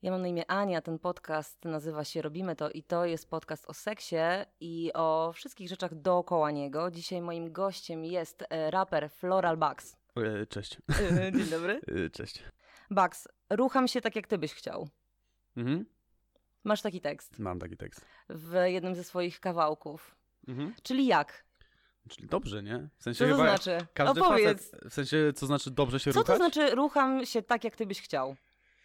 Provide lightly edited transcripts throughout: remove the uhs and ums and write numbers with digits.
Ja mam na imię Ania, ten podcast nazywa się Robimy to i to jest podcast o seksie i o wszystkich rzeczach dookoła niego. Dzisiaj moim gościem jest raper Floral Bugs. Cześć. Dzień dobry. Cześć. Bugs, rucham się tak jak ty byś chciał. Mhm. Masz taki tekst Mam taki tekst. w jednym ze swoich kawałków. Mhm. Czyli jak? Czyli dobrze, nie? W sensie Co to chyba znaczy? każdy Opowiedz. facet, w sensie co znaczy dobrze się Co ruchać? to znaczy rucham się tak jak ty byś chciał?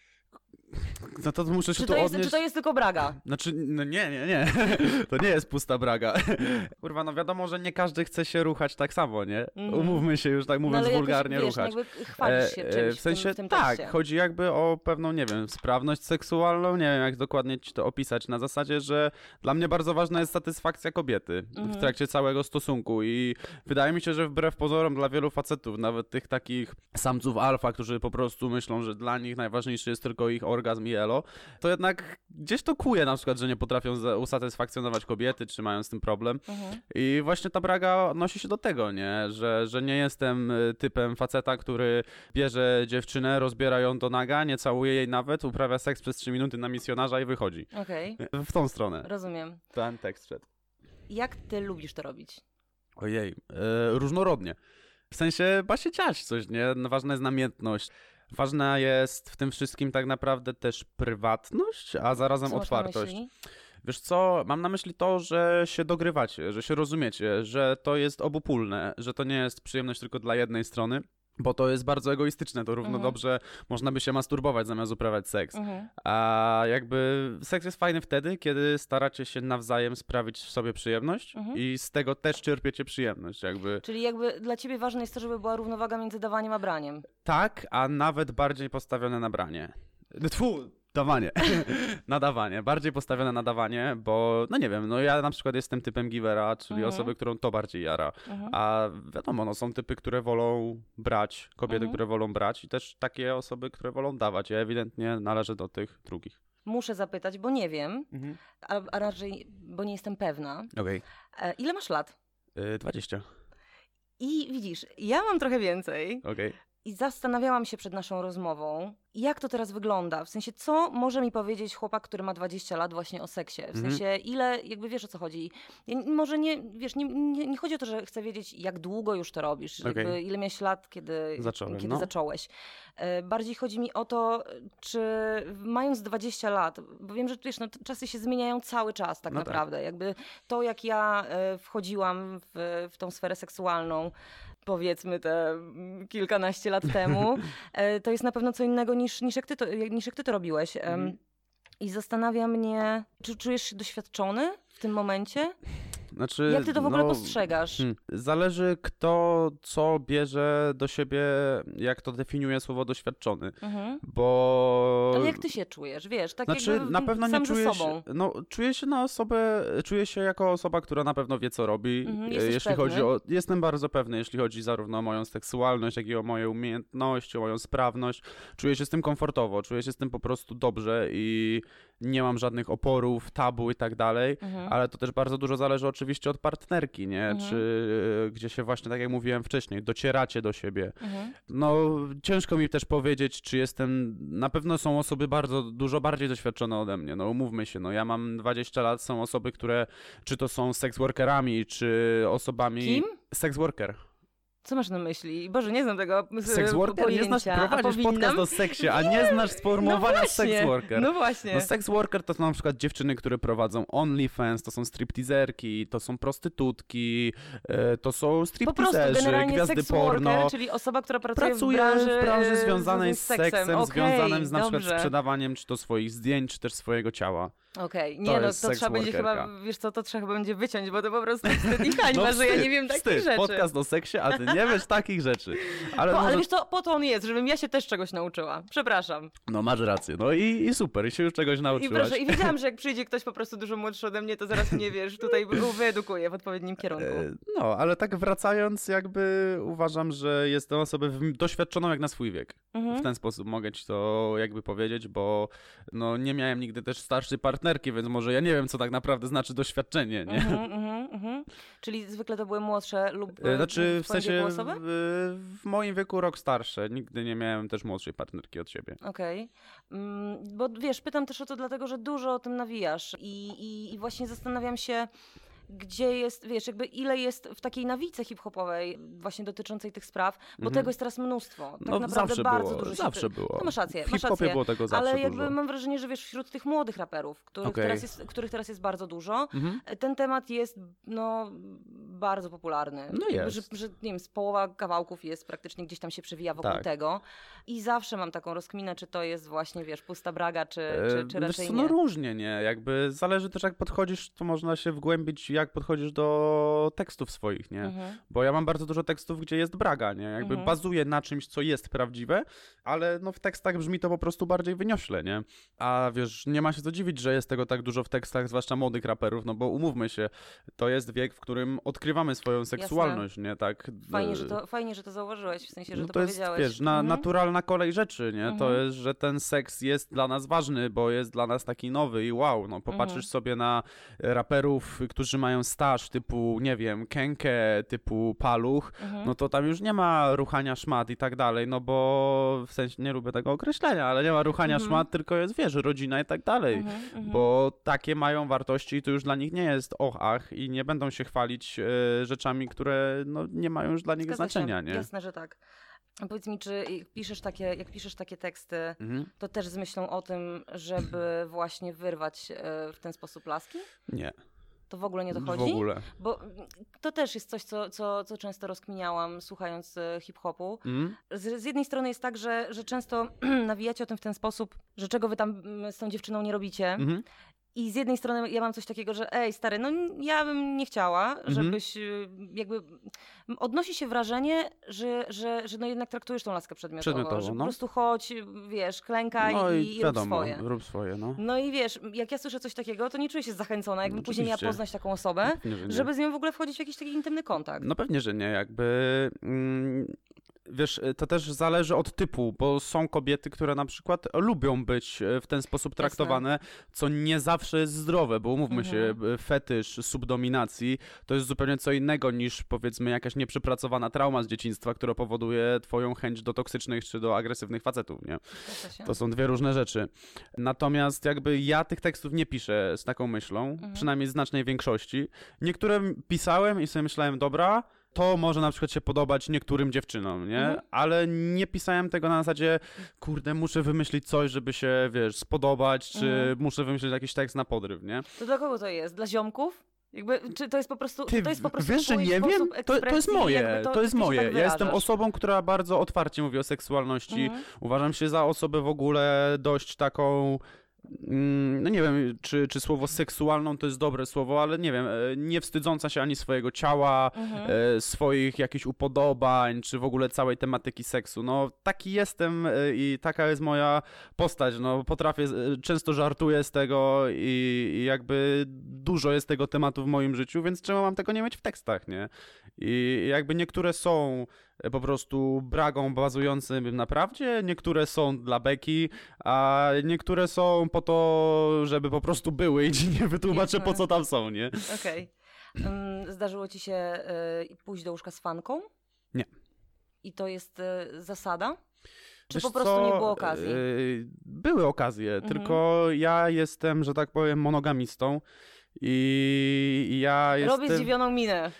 No to muszę się Czy tu to, jest, odnieść. czy to jest tylko braga? Znaczy, no nie. To nie jest pusta braga. Kurwa, no wiadomo, że nie każdy chce się ruchać tak samo, nie? Umówmy się już tak mówiąc ale wulgarnie jakoś, ruchać. Jakby chwalisz się czymś w sensie w tym tak, tekście. chodzi jakby o pewną, nie wiem, sprawność seksualną, nie wiem jak dokładnie ci to opisać, na zasadzie, że dla mnie bardzo ważna jest satysfakcja kobiety w trakcie całego stosunku i wydaje mi się, że wbrew pozorom dla wielu facetów, nawet tych takich samców alfa, którzy po prostu myślą, że dla nich najważniejszy jest tylko ich orgazm i elo, to jednak gdzieś to kuje na przykład, że nie potrafią usatysfakcjonować kobiety, czy mają z tym problem. I właśnie ta braga odnosi się do tego, nie? Że nie jestem typem faceta, który bierze dziewczynę, rozbiera ją do naga, nie całuje jej nawet, uprawia seks przez 3 minuty na misjonarza i wychodzi. Okej, W tą stronę. rozumiem. Ten tekst szedł. Jak ty lubisz to robić? Ojej, różnorodnie. W sensie ma się dziać coś, nie? Ważna jest namiętność. Ważna jest w tym wszystkim tak naprawdę też prywatność, a zarazem Co masz na otwartość. myśli? Wiesz co, mam na myśli to, że się dogrywacie, że się rozumiecie, że to jest obopólne, że to nie jest przyjemność tylko dla jednej strony, bo to jest bardzo egoistyczne, to równo dobrze można by się masturbować zamiast uprawiać seks. A jakby seks jest fajny wtedy, kiedy staracie się nawzajem sprawić sobie przyjemność i z tego też czerpiecie przyjemność, jakby. Czyli jakby dla ciebie ważne jest to, żeby była równowaga między dawaniem a braniem. Tak, a nawet bardziej postawione na branie. Dawanie. Na dawanie. Bardziej postawione na dawanie, bo no nie wiem, no ja na przykład jestem typem givera, czyli osoby, którą to bardziej jara. A wiadomo, no są typy, które wolą brać, kobiety, które wolą brać i też takie osoby, które wolą dawać. Ja ewidentnie należę do tych drugich. Muszę zapytać, bo nie wiem, a raczej, bo nie jestem pewna. Okej. Ile masz lat? 20. I widzisz, ja mam trochę więcej. Okej. I zastanawiałam się przed naszą rozmową, jak to teraz wygląda. W sensie, co może mi powiedzieć chłopak, który ma 20 lat właśnie o seksie? W sensie, ile, jakby wiesz o co chodzi. Może nie, wiesz, nie chodzi o to, że chcę wiedzieć, jak długo już to robisz. Jakby, ile miałeś lat, kiedy zacząłeś. Bardziej chodzi mi o to, czy mając 20 lat, bo wiem, że wiesz, no, czasy się zmieniają cały czas tak naprawdę. Tak. Jakby to, jak ja wchodziłam w tą sferę seksualną, powiedzmy te kilkanaście lat temu, to jest na pewno co innego niż jak ty to robiłeś. I zastanawia mnie, czy czujesz się doświadczony w tym momencie? Znaczy, jak ty to w ogóle postrzegasz? Zależy kto co bierze do siebie, jak to definiuje słowo doświadczony, bo... Ale jak ty się czujesz, wiesz, tak znaczy, jakby na pewno sam nie czuję ze sobą. się, no, czuję się jako osoba, która na pewno wie co robi, jeśli chodzi o... Jestem bardzo pewny, jeśli chodzi zarówno o moją seksualność, jak i o moje umiejętności, o moją sprawność. Czuję się z tym komfortowo, czuję się z tym po prostu dobrze i nie mam żadnych oporów, tabu i tak dalej, ale to też bardzo dużo zależy oczywiście od partnerki, nie? Czy gdzie się właśnie, tak jak mówiłem wcześniej, docieracie do siebie. No, ciężko mi też powiedzieć, czy jestem... Na pewno są osoby dużo bardziej doświadczone ode mnie, no umówmy się, no ja mam 20 lat, są osoby, które czy to są sex workerami, czy osobami... Kim? Sex worker. Co masz na myśli? Boże, nie znam tego sex worker? pojęcia. Nie znasz, prowadzisz podcast o seksie, a nie znasz sformułowania sex worker. No właśnie. No sex worker to są na przykład dziewczyny, które prowadzą OnlyFans, to są stripteaserki, to są prostytutki, to są stripteaserzy, gwiazdy sex porno. Worker, czyli osoba, która pracuje w branży związanej z seksem, związanym z na przykład dobrze. sprzedawaniem czy to swoich zdjęć, czy też swojego ciała. Okej, to trzeba będzie chyba, wiesz co, to trzeba będzie wyciąć, bo to po prostu wstyd i hańba, że ja nie wiem takich rzeczy. Podcast o seksie, a ty nie wiesz takich rzeczy. Ale wiesz co, po to on jest, żebym ja się też czegoś nauczyła. Przepraszam. No masz rację, no i super, i się już czegoś nauczyłaś. I wiedziałam, że jak przyjdzie ktoś po prostu dużo młodszy ode mnie, to zaraz mnie, wiesz, tutaj wyedukuje w odpowiednim kierunku. No, ale tak wracając, jakby uważam, że jestem osobą doświadczoną jak na swój wiek. W ten sposób mogę ci to jakby powiedzieć, bo no nie miałem nigdy też starszej partnerki, więc może ja nie wiem, co tak naprawdę znaczy doświadczenie, nie? Czyli zwykle to były młodsze lub w sensie osoby? W moim wieku rok starsze. Nigdy nie miałem też młodszej partnerki od siebie. Okej. Bo wiesz, pytam też o to dlatego, że dużo o tym nawijasz i właśnie zastanawiam się, gdzie jest, wiesz, jakby ile jest w takiej nawice hip-hopowej właśnie dotyczącej tych spraw, bo tego jest teraz mnóstwo. Tak naprawdę bardzo dużo się... Zawsze było. No masz rację, w hip-hopie było tego zawsze ale jakby dużo. Mam wrażenie, że wiesz, wśród tych młodych raperów, których teraz jest bardzo dużo, ten temat jest bardzo popularny. No jest. Że nie wiem, z połowa kawałków jest praktycznie gdzieś tam się przewija wokół tego i zawsze mam taką rozkminę, czy to jest właśnie, wiesz, pusta braga, czy raczej nie. No różnie, nie? Jakby zależy też jak podchodzisz, to można się wgłębić, jak podchodzisz do tekstów swoich, nie? Bo ja mam bardzo dużo tekstów, gdzie jest braga, nie? Jakby bazuję na czymś, co jest prawdziwe, ale w tekstach brzmi to po prostu bardziej wyniośle, nie? A wiesz, nie ma się co dziwić, że jest tego tak dużo w tekstach, zwłaszcza młodych raperów, no bo umówmy się, to jest wiek, w którym odkrywamy swoją seksualność, nie? Tak. Fajnie, że to zauważyłeś, w sensie, że to powiedziałeś. To jest, wiesz, naturalna kolej rzeczy, nie? To jest, że ten seks jest dla nas ważny, bo jest dla nas taki nowy i wow, no popatrzysz sobie na raperów, którzy mają staż typu, nie wiem, Kenke, typu Paluch, no to tam już nie ma ruchania szmat i tak dalej, no bo w sensie nie lubię tego określenia, ale nie ma ruchania szmat, tylko jest, wiesz, rodzina i tak dalej, bo takie mają wartości i to już dla nich nie jest ach i nie będą się chwalić rzeczami, które nie mają już dla nich znaczenia, nie? Jasne, że tak. A powiedz mi, czy jak piszesz takie teksty, to też z myślą o tym, żeby właśnie wyrwać w ten sposób laski? Nie. To w ogóle nie dochodzi? W ogóle. Bo to też jest coś, co często rozkminiałam, słuchając hip-hopu. Z jednej strony jest tak, że często nawijacie o tym w ten sposób, że czego wy tam z tą dziewczyną nie robicie. I z jednej strony ja mam coś takiego, że ej stary, ja bym nie chciała, żebyś jakby... Odnosi się wrażenie, że jednak traktujesz tą laskę przedmiotowo, że po prostu chodź, wiesz, klękaj i wiadomo, rób swoje. Rób swoje, no. No i wiesz, jak ja słyszę coś takiego, to nie czuję się zachęcona, jakbym później miała poznać taką osobę, żeby z nią w ogóle wchodzić w jakiś taki intymny kontakt. No pewnie, że nie, jakby... Wiesz, to też zależy od typu, bo są kobiety, które na przykład lubią być w ten sposób traktowane, co nie zawsze jest zdrowe, bo umówmy się, fetysz subdominacji to jest zupełnie co innego niż powiedzmy jakaś nieprzepracowana trauma z dzieciństwa, która powoduje twoją chęć do toksycznych czy do agresywnych facetów, nie? To są dwie różne rzeczy. Natomiast jakby ja tych tekstów nie piszę z taką myślą, przynajmniej w znacznej większości. Niektóre pisałem i sobie myślałem, dobra, to może na przykład się podobać niektórym dziewczynom, nie? Ale nie pisałem tego na zasadzie, kurde, muszę wymyślić coś, żeby się, wiesz, spodobać, czy muszę wymyślić jakiś tekst na podryw, nie? To dla kogo to jest? Dla ziomków? Jakby, czy to jest po prostu wiesz, że nie wiem? To jest moje, to jest moje. Tak ja jestem osobą, która bardzo otwarcie mówi o seksualności. Uważam się za osobę w ogóle dość taką... No nie wiem, czy słowo seksualną to jest dobre słowo, ale nie wiem, nie wstydząca się ani swojego ciała, swoich jakichś upodobań, czy w ogóle całej tematyki seksu. No taki jestem i taka jest moja postać, no potrafię, często żartuję z tego i jakby dużo jest tego tematu w moim życiu, więc czemu mam tego nie mieć w tekstach, nie? I jakby niektóre są po prostu bragą bazującym na prawdzie, niektóre są dla beki, a niektóre są po to, żeby po prostu były i ci nie wytłumaczę, po co tam są, nie? Okej. Zdarzyło ci się pójść do łóżka z fanką? Nie. I to jest zasada? Czy wiesz po prostu nie było okazji? Były okazje, tylko ja jestem, że tak powiem, monogamistą. I ja jestem... Robię zdziwioną minę.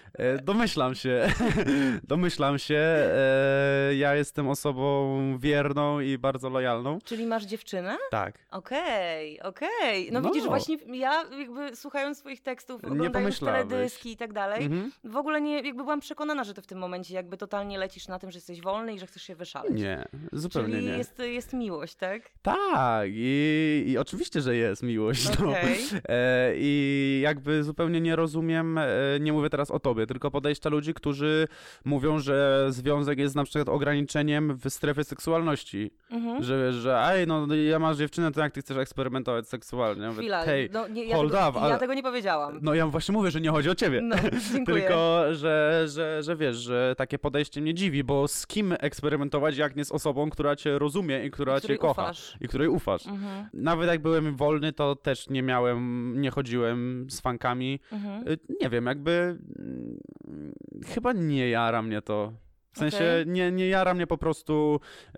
Domyślam się. Ja jestem osobą wierną i bardzo lojalną. Czyli masz dziewczynę? Tak. Okej. No widzisz, właśnie ja jakby słuchając swoich tekstów, oglądając teledyski i tak dalej, w ogóle nie, jakby byłam przekonana, że ty w tym momencie jakby totalnie lecisz na tym, że jesteś wolny i że chcesz się wyszaleć. Nie, zupełnie czyli nie. Czyli jest miłość, tak? Tak. I oczywiście, że jest miłość. I jakby zupełnie nie rozumiem, nie mówię teraz o tobie, tylko podejścia ludzi, którzy mówią, że związek jest na przykład ograniczeniem w strefie seksualności. Że ej, no ja masz dziewczynę, to jak ty chcesz eksperymentować seksualnie? Chwila, hej, ja tego nie powiedziałam. No ja właśnie mówię, że nie chodzi o ciebie. No, dziękuję. Tylko, że wiesz, że takie podejście mnie dziwi, bo z kim eksperymentować, jak nie z osobą, która cię rozumie i która cię kocha. I której ufasz. Nawet jak byłem wolny, to też nie chodziłem raperem, z funkami. Nie wiem, jakby chyba nie jara mnie to. W sensie nie jara mnie po prostu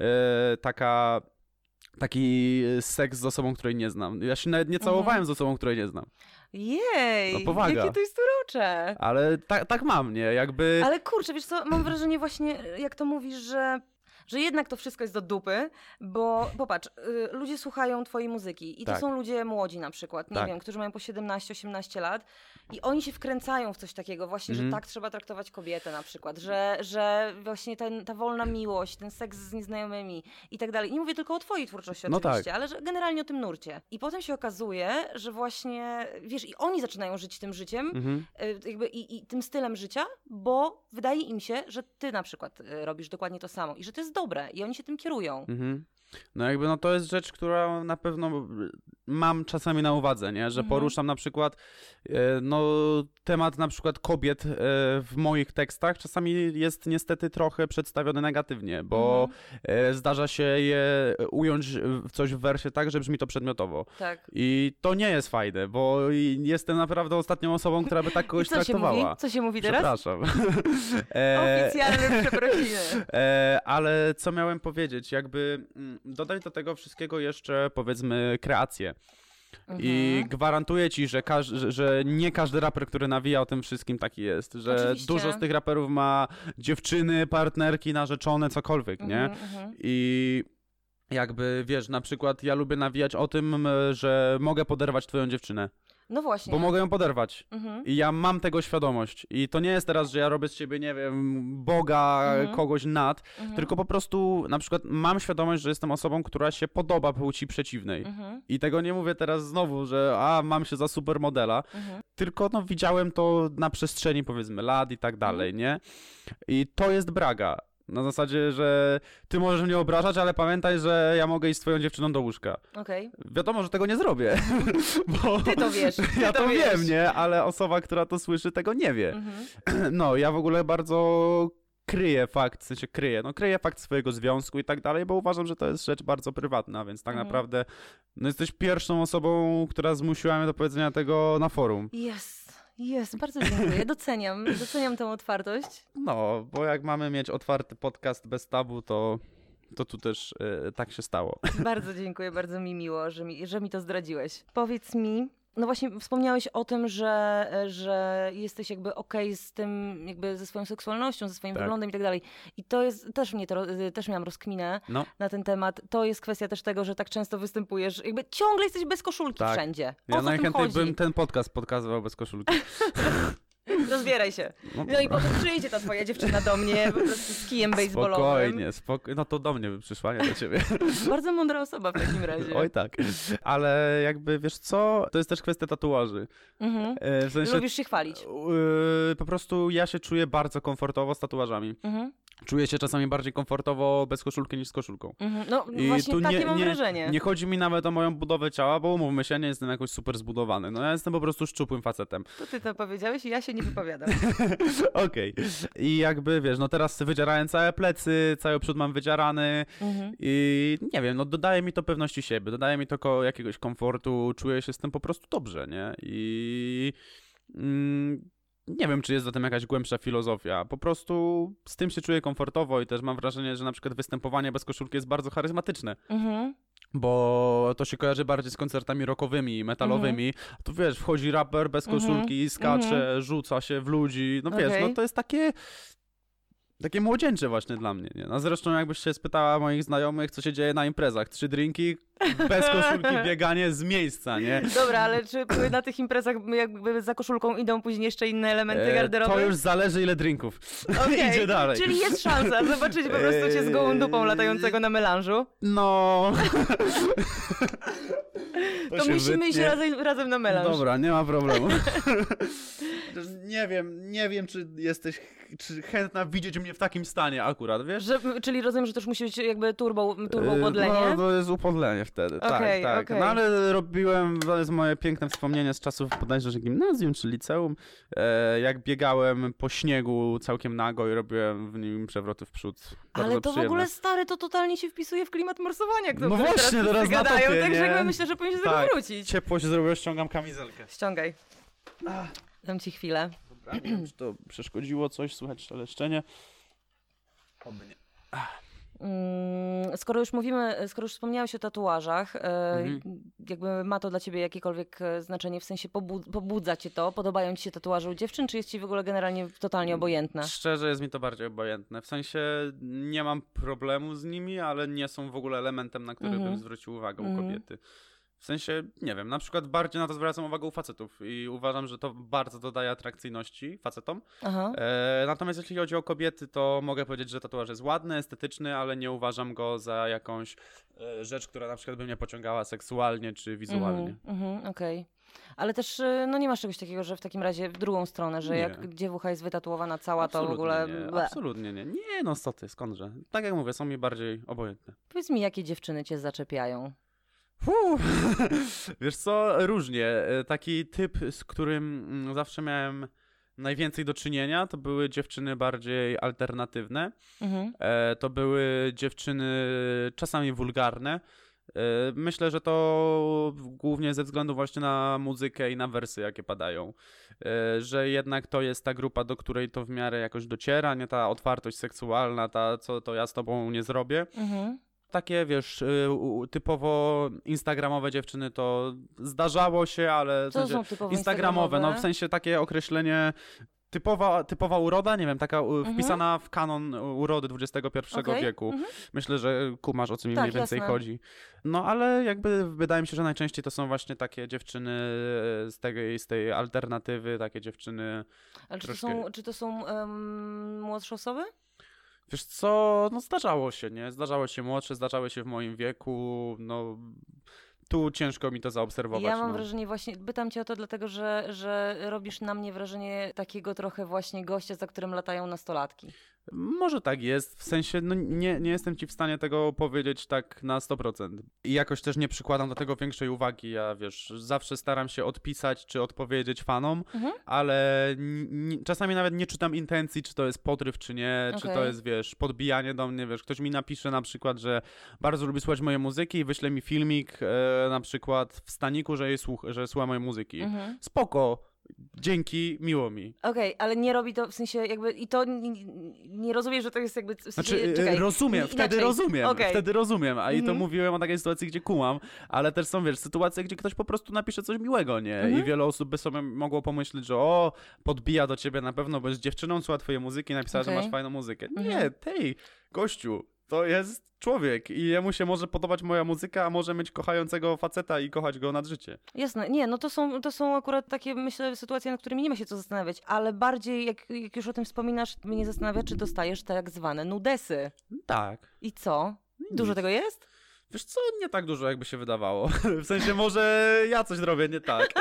taki seks z osobą, której nie znam. Ja się nawet nie całowałem z osobą, której nie znam. Jej, no, powaga. Jakie to jest urocze. Ale tak mam, nie? Jakby... Ale kurczę, wiesz co, mam wrażenie właśnie, jak to mówisz, że jednak to wszystko jest do dupy, bo popatrz, ludzie słuchają twojej muzyki i to są ludzie młodzi na przykład, nie wiem, którzy mają po 17-18 lat i oni się wkręcają w coś takiego właśnie, że tak trzeba traktować kobietę na przykład, że właśnie ta wolna miłość, ten seks z nieznajomymi i tak dalej. Nie mówię tylko o twojej twórczości oczywiście, ale że generalnie o tym nurcie. I potem się okazuje, że właśnie, wiesz, i oni zaczynają żyć tym życiem jakby i tym stylem życia, bo wydaje im się, że ty na przykład robisz dokładnie to samo i że to jest dobre i oni się tym kierują. No jakby no to jest rzecz, która na pewno mam czasami na uwadze, nie? Że poruszam na przykład temat na przykład kobiet w moich tekstach czasami jest niestety trochę przedstawiony negatywnie, bo zdarza się je ująć coś w wersie tak, że brzmi to przedmiotowo. Tak. I to nie jest fajne, bo jestem naprawdę ostatnią osobą, która by tak kogoś traktowała. Co się mówi teraz? Przepraszam. Oficjalne przeprosiny. Ale co miałem powiedzieć? Jakby dodaj do tego wszystkiego jeszcze, powiedzmy, kreację. I gwarantuję ci, że nie każdy raper, który nawija o tym wszystkim, taki jest. Że Oczywiście. dużo z tych raperów ma dziewczyny, partnerki, narzeczone, cokolwiek, nie? I jakby, wiesz, na przykład ja lubię nawijać o tym, że mogę poderwać twoją dziewczynę. No właśnie. Bo mogę ją poderwać. I ja mam tego świadomość. I to nie jest teraz, że ja robię z ciebie, nie wiem, Boga, kogoś nad, tylko po prostu na przykład mam świadomość, że jestem osobą, która się podoba płci przeciwnej. I tego nie mówię teraz znowu, że mam się za supermodela, tylko no widziałem to na przestrzeni, powiedzmy, lat i tak dalej, nie? I to jest braga. Na zasadzie, że ty możesz mnie obrażać, ale pamiętaj, że ja mogę iść z twoją dziewczyną do łóżka. Wiadomo, że tego nie zrobię. Bo ty to wiesz. Ja to wiem, nie? Ale osoba, która to słyszy, tego nie wie. No, ja w ogóle bardzo kryję fakt, kryję fakt swojego związku i tak dalej, bo uważam, że to jest rzecz bardzo prywatna, więc tak naprawdę no, jesteś pierwszą osobą, która zmusiła mnie do powiedzenia tego na forum. Jest, bardzo dziękuję. Doceniam tę otwartość. No, bo jak mamy mieć otwarty podcast bez tabu, to tu też tak się stało. Bardzo dziękuję, bardzo mi miło, że mi to zdradziłeś. Powiedz mi, no właśnie wspomniałeś o tym, że jesteś jakby okej z tym, jakby ze swoją seksualnością, ze swoim wyglądem i tak dalej. I to jest, też miałam rozkminę na ten temat. To jest kwestia też tego, że tak często występujesz, jakby ciągle jesteś bez koszulki wszędzie. Ja najchętniej bym ten podcast pokazywał bez koszulki. Rozbieraj się. No i potem przyjdzie ta twoja dziewczyna do mnie po prostu z kijem baseballowym. Spokojnie. No to do mnie by przyszła, nie do ciebie. Bardzo mądra osoba w takim razie. Oj tak. Ale jakby, wiesz co, to jest też kwestia tatuaży. W sensie, lubisz się chwalić. Po prostu ja się czuję bardzo komfortowo z tatuażami. Czuję się czasami bardziej komfortowo bez koszulki niż z koszulką. No i właśnie takie mam wrażenie. Nie chodzi mi nawet o moją budowę ciała, bo umówmy się, nie jestem jakoś super zbudowany. No ja jestem po prostu szczupłym facetem. To ty to powiedziałeś i ja się nie wypowiadam. Okej. I jakby, wiesz, no teraz wydzierałem całe plecy, cały przód mam wydzierany i nie wiem, no dodaje mi to pewności siebie, dodaje mi to jakiegoś komfortu, czuję się z tym po prostu dobrze, nie? I nie wiem, czy jest za tym jakaś głębsza filozofia. Po prostu z tym się czuję komfortowo i też mam wrażenie, że na przykład występowanie bez koszulki jest bardzo charyzmatyczne. Bo to się kojarzy bardziej z koncertami rockowymi, metalowymi. A tu wiesz, wchodzi raper bez koszulki, skacze, rzuca się w ludzi. No wiesz, no to jest takie młodzieńcze właśnie dla mnie, nie? No zresztą jakbyś się spytała moich znajomych, co się dzieje na imprezach. 3 drinki, bez koszulki, bieganie z miejsca, nie? Dobra, ale czy na tych imprezach jakby za koszulką idą później jeszcze inne elementy garderoby? To już zależy ile drinków. Idzie dalej. Czyli jest szansa zobaczyć po prostu cię z gołą dupą latającego na melanżu? No... To musimy iść razem na melanż. Dobra, nie ma problemu. Nie wiem, czy jesteś chętna widzieć mnie w takim stanie akurat, wiesz? Czyli rozumiem, że też musi być jakby turbo upodlenie? No, to jest upodlenie wtedy, tak. No ale robiłem, to jest moje piękne wspomnienie z czasów bodajże, że gimnazjum czy liceum, jak biegałem po śniegu całkiem nago i robiłem w nim przewroty w przód. Bardzo ale to przyjemne. w ogóle, stary, to totalnie się wpisuje w klimat morsowania, no właśnie, teraz gadają, topie, także myślę, że powinien się do tego wrócić. Ciepło się zrobiło, ściągam kamizelkę. Ściągaj. Dam ci chwilę. Dobra, nie wiem, czy to przeszkodziło coś, słychać szeleszczenie. Oby nie. Skoro już wspomniałeś o tatuażach, jakby ma to dla ciebie jakiekolwiek znaczenie, w sensie pobudza cię to? Podobają ci się tatuaże u dziewczyn, czy jest ci w ogóle generalnie totalnie obojętne? Szczerze jest mi to bardziej obojętne. W sensie nie mam problemu z nimi, ale nie są w ogóle elementem, na który bym zwrócił uwagę u kobiety. W sensie, nie wiem, na przykład bardziej na to zwracam uwagę u facetów i uważam, że to bardzo dodaje atrakcyjności facetom. Natomiast jeśli chodzi o kobiety, to mogę powiedzieć, że tatuaż jest ładny, estetyczny, ale nie uważam go za jakąś rzecz, która na przykład by mnie pociągała seksualnie czy wizualnie. Okej. Ale też no nie masz czegoś takiego, że w takim razie w drugą stronę, że jak dziewucha jest wytatuowana cała, to w ogóle... Absolutnie nie. Nie, no co ty, skądże. Tak jak mówię, są mi bardziej obojętne. Powiedz mi, jakie dziewczyny cię zaczepiają? Wiesz co, różnie. Taki typ, z którym zawsze miałem najwięcej do czynienia, to były dziewczyny bardziej alternatywne. To były dziewczyny czasami wulgarne. Myślę, że to głównie ze względu właśnie na muzykę i na wersy, jakie padają. Że jednak to jest ta grupa, do której to w miarę jakoś dociera, nie ta otwartość seksualna, ta co to ja z tobą nie zrobię. Takie, wiesz, typowo instagramowe dziewczyny to zdarzało się, ale co są typowo instagramowe, no w sensie takie określenie typowa uroda, nie wiem, taka wpisana w kanon urody XXI wieku. Myślę, że kumasz, o co mi mniej więcej chodzi. No ale jakby wydaje mi się, że najczęściej to są właśnie takie dziewczyny z tej alternatywy, takie dziewczyny. Ale czy to są młodsze osoby? Wiesz co, no zdarzało się, nie? Zdarzało się młodsze, zdarzały się w moim wieku, no tu ciężko mi to zaobserwować. Ja mam wrażenie właśnie, pytam cię o to dlatego, że robisz na mnie wrażenie takiego trochę właśnie gościa, za którym latają nastolatki. Może tak jest, w sensie no nie jestem ci w stanie tego powiedzieć tak na 100%. I jakoś też nie przykładam do tego większej uwagi. Ja wiesz, zawsze staram się odpisać czy odpowiedzieć fanom, ale czasami nawet nie czytam intencji, czy to jest podryw, czy nie, czy to jest, wiesz, podbijanie do mnie, wiesz, ktoś mi napisze na przykład, że bardzo lubi słuchać mojej muzyki i wyśle mi filmik na przykład w staniku, że słucha mojej muzyki. Spoko. Dzięki, miło mi. Okej, ale nie robi to w sensie jakby i to nie rozumiem, że to jest jakby... W sensie, znaczy, rozumiem, wtedy rozumiem, a i to mówiłem o takiej sytuacji, gdzie kumam, ale też są, wiesz, sytuacje, gdzie ktoś po prostu napisze coś miłego, nie? I wiele osób by sobie mogło pomyśleć, że podbija do ciebie na pewno, bo jest dziewczyną, słucha twojej muzyki i napisała, że masz fajną muzykę. Nie, gościu, to jest człowiek i jemu się może podobać moja muzyka, a może mieć kochającego faceta i kochać go nad życie. Jasne, nie, no to są akurat takie, myślę, sytuacje, nad którymi nie ma się co zastanawiać, ale bardziej, jak już o tym wspominasz, mnie zastanawia, czy dostajesz tak zwane nudesy. Tak. I co? Dużo tego jest? Wiesz co, nie tak dużo, jakby się wydawało. W sensie może ja coś robię nie tak.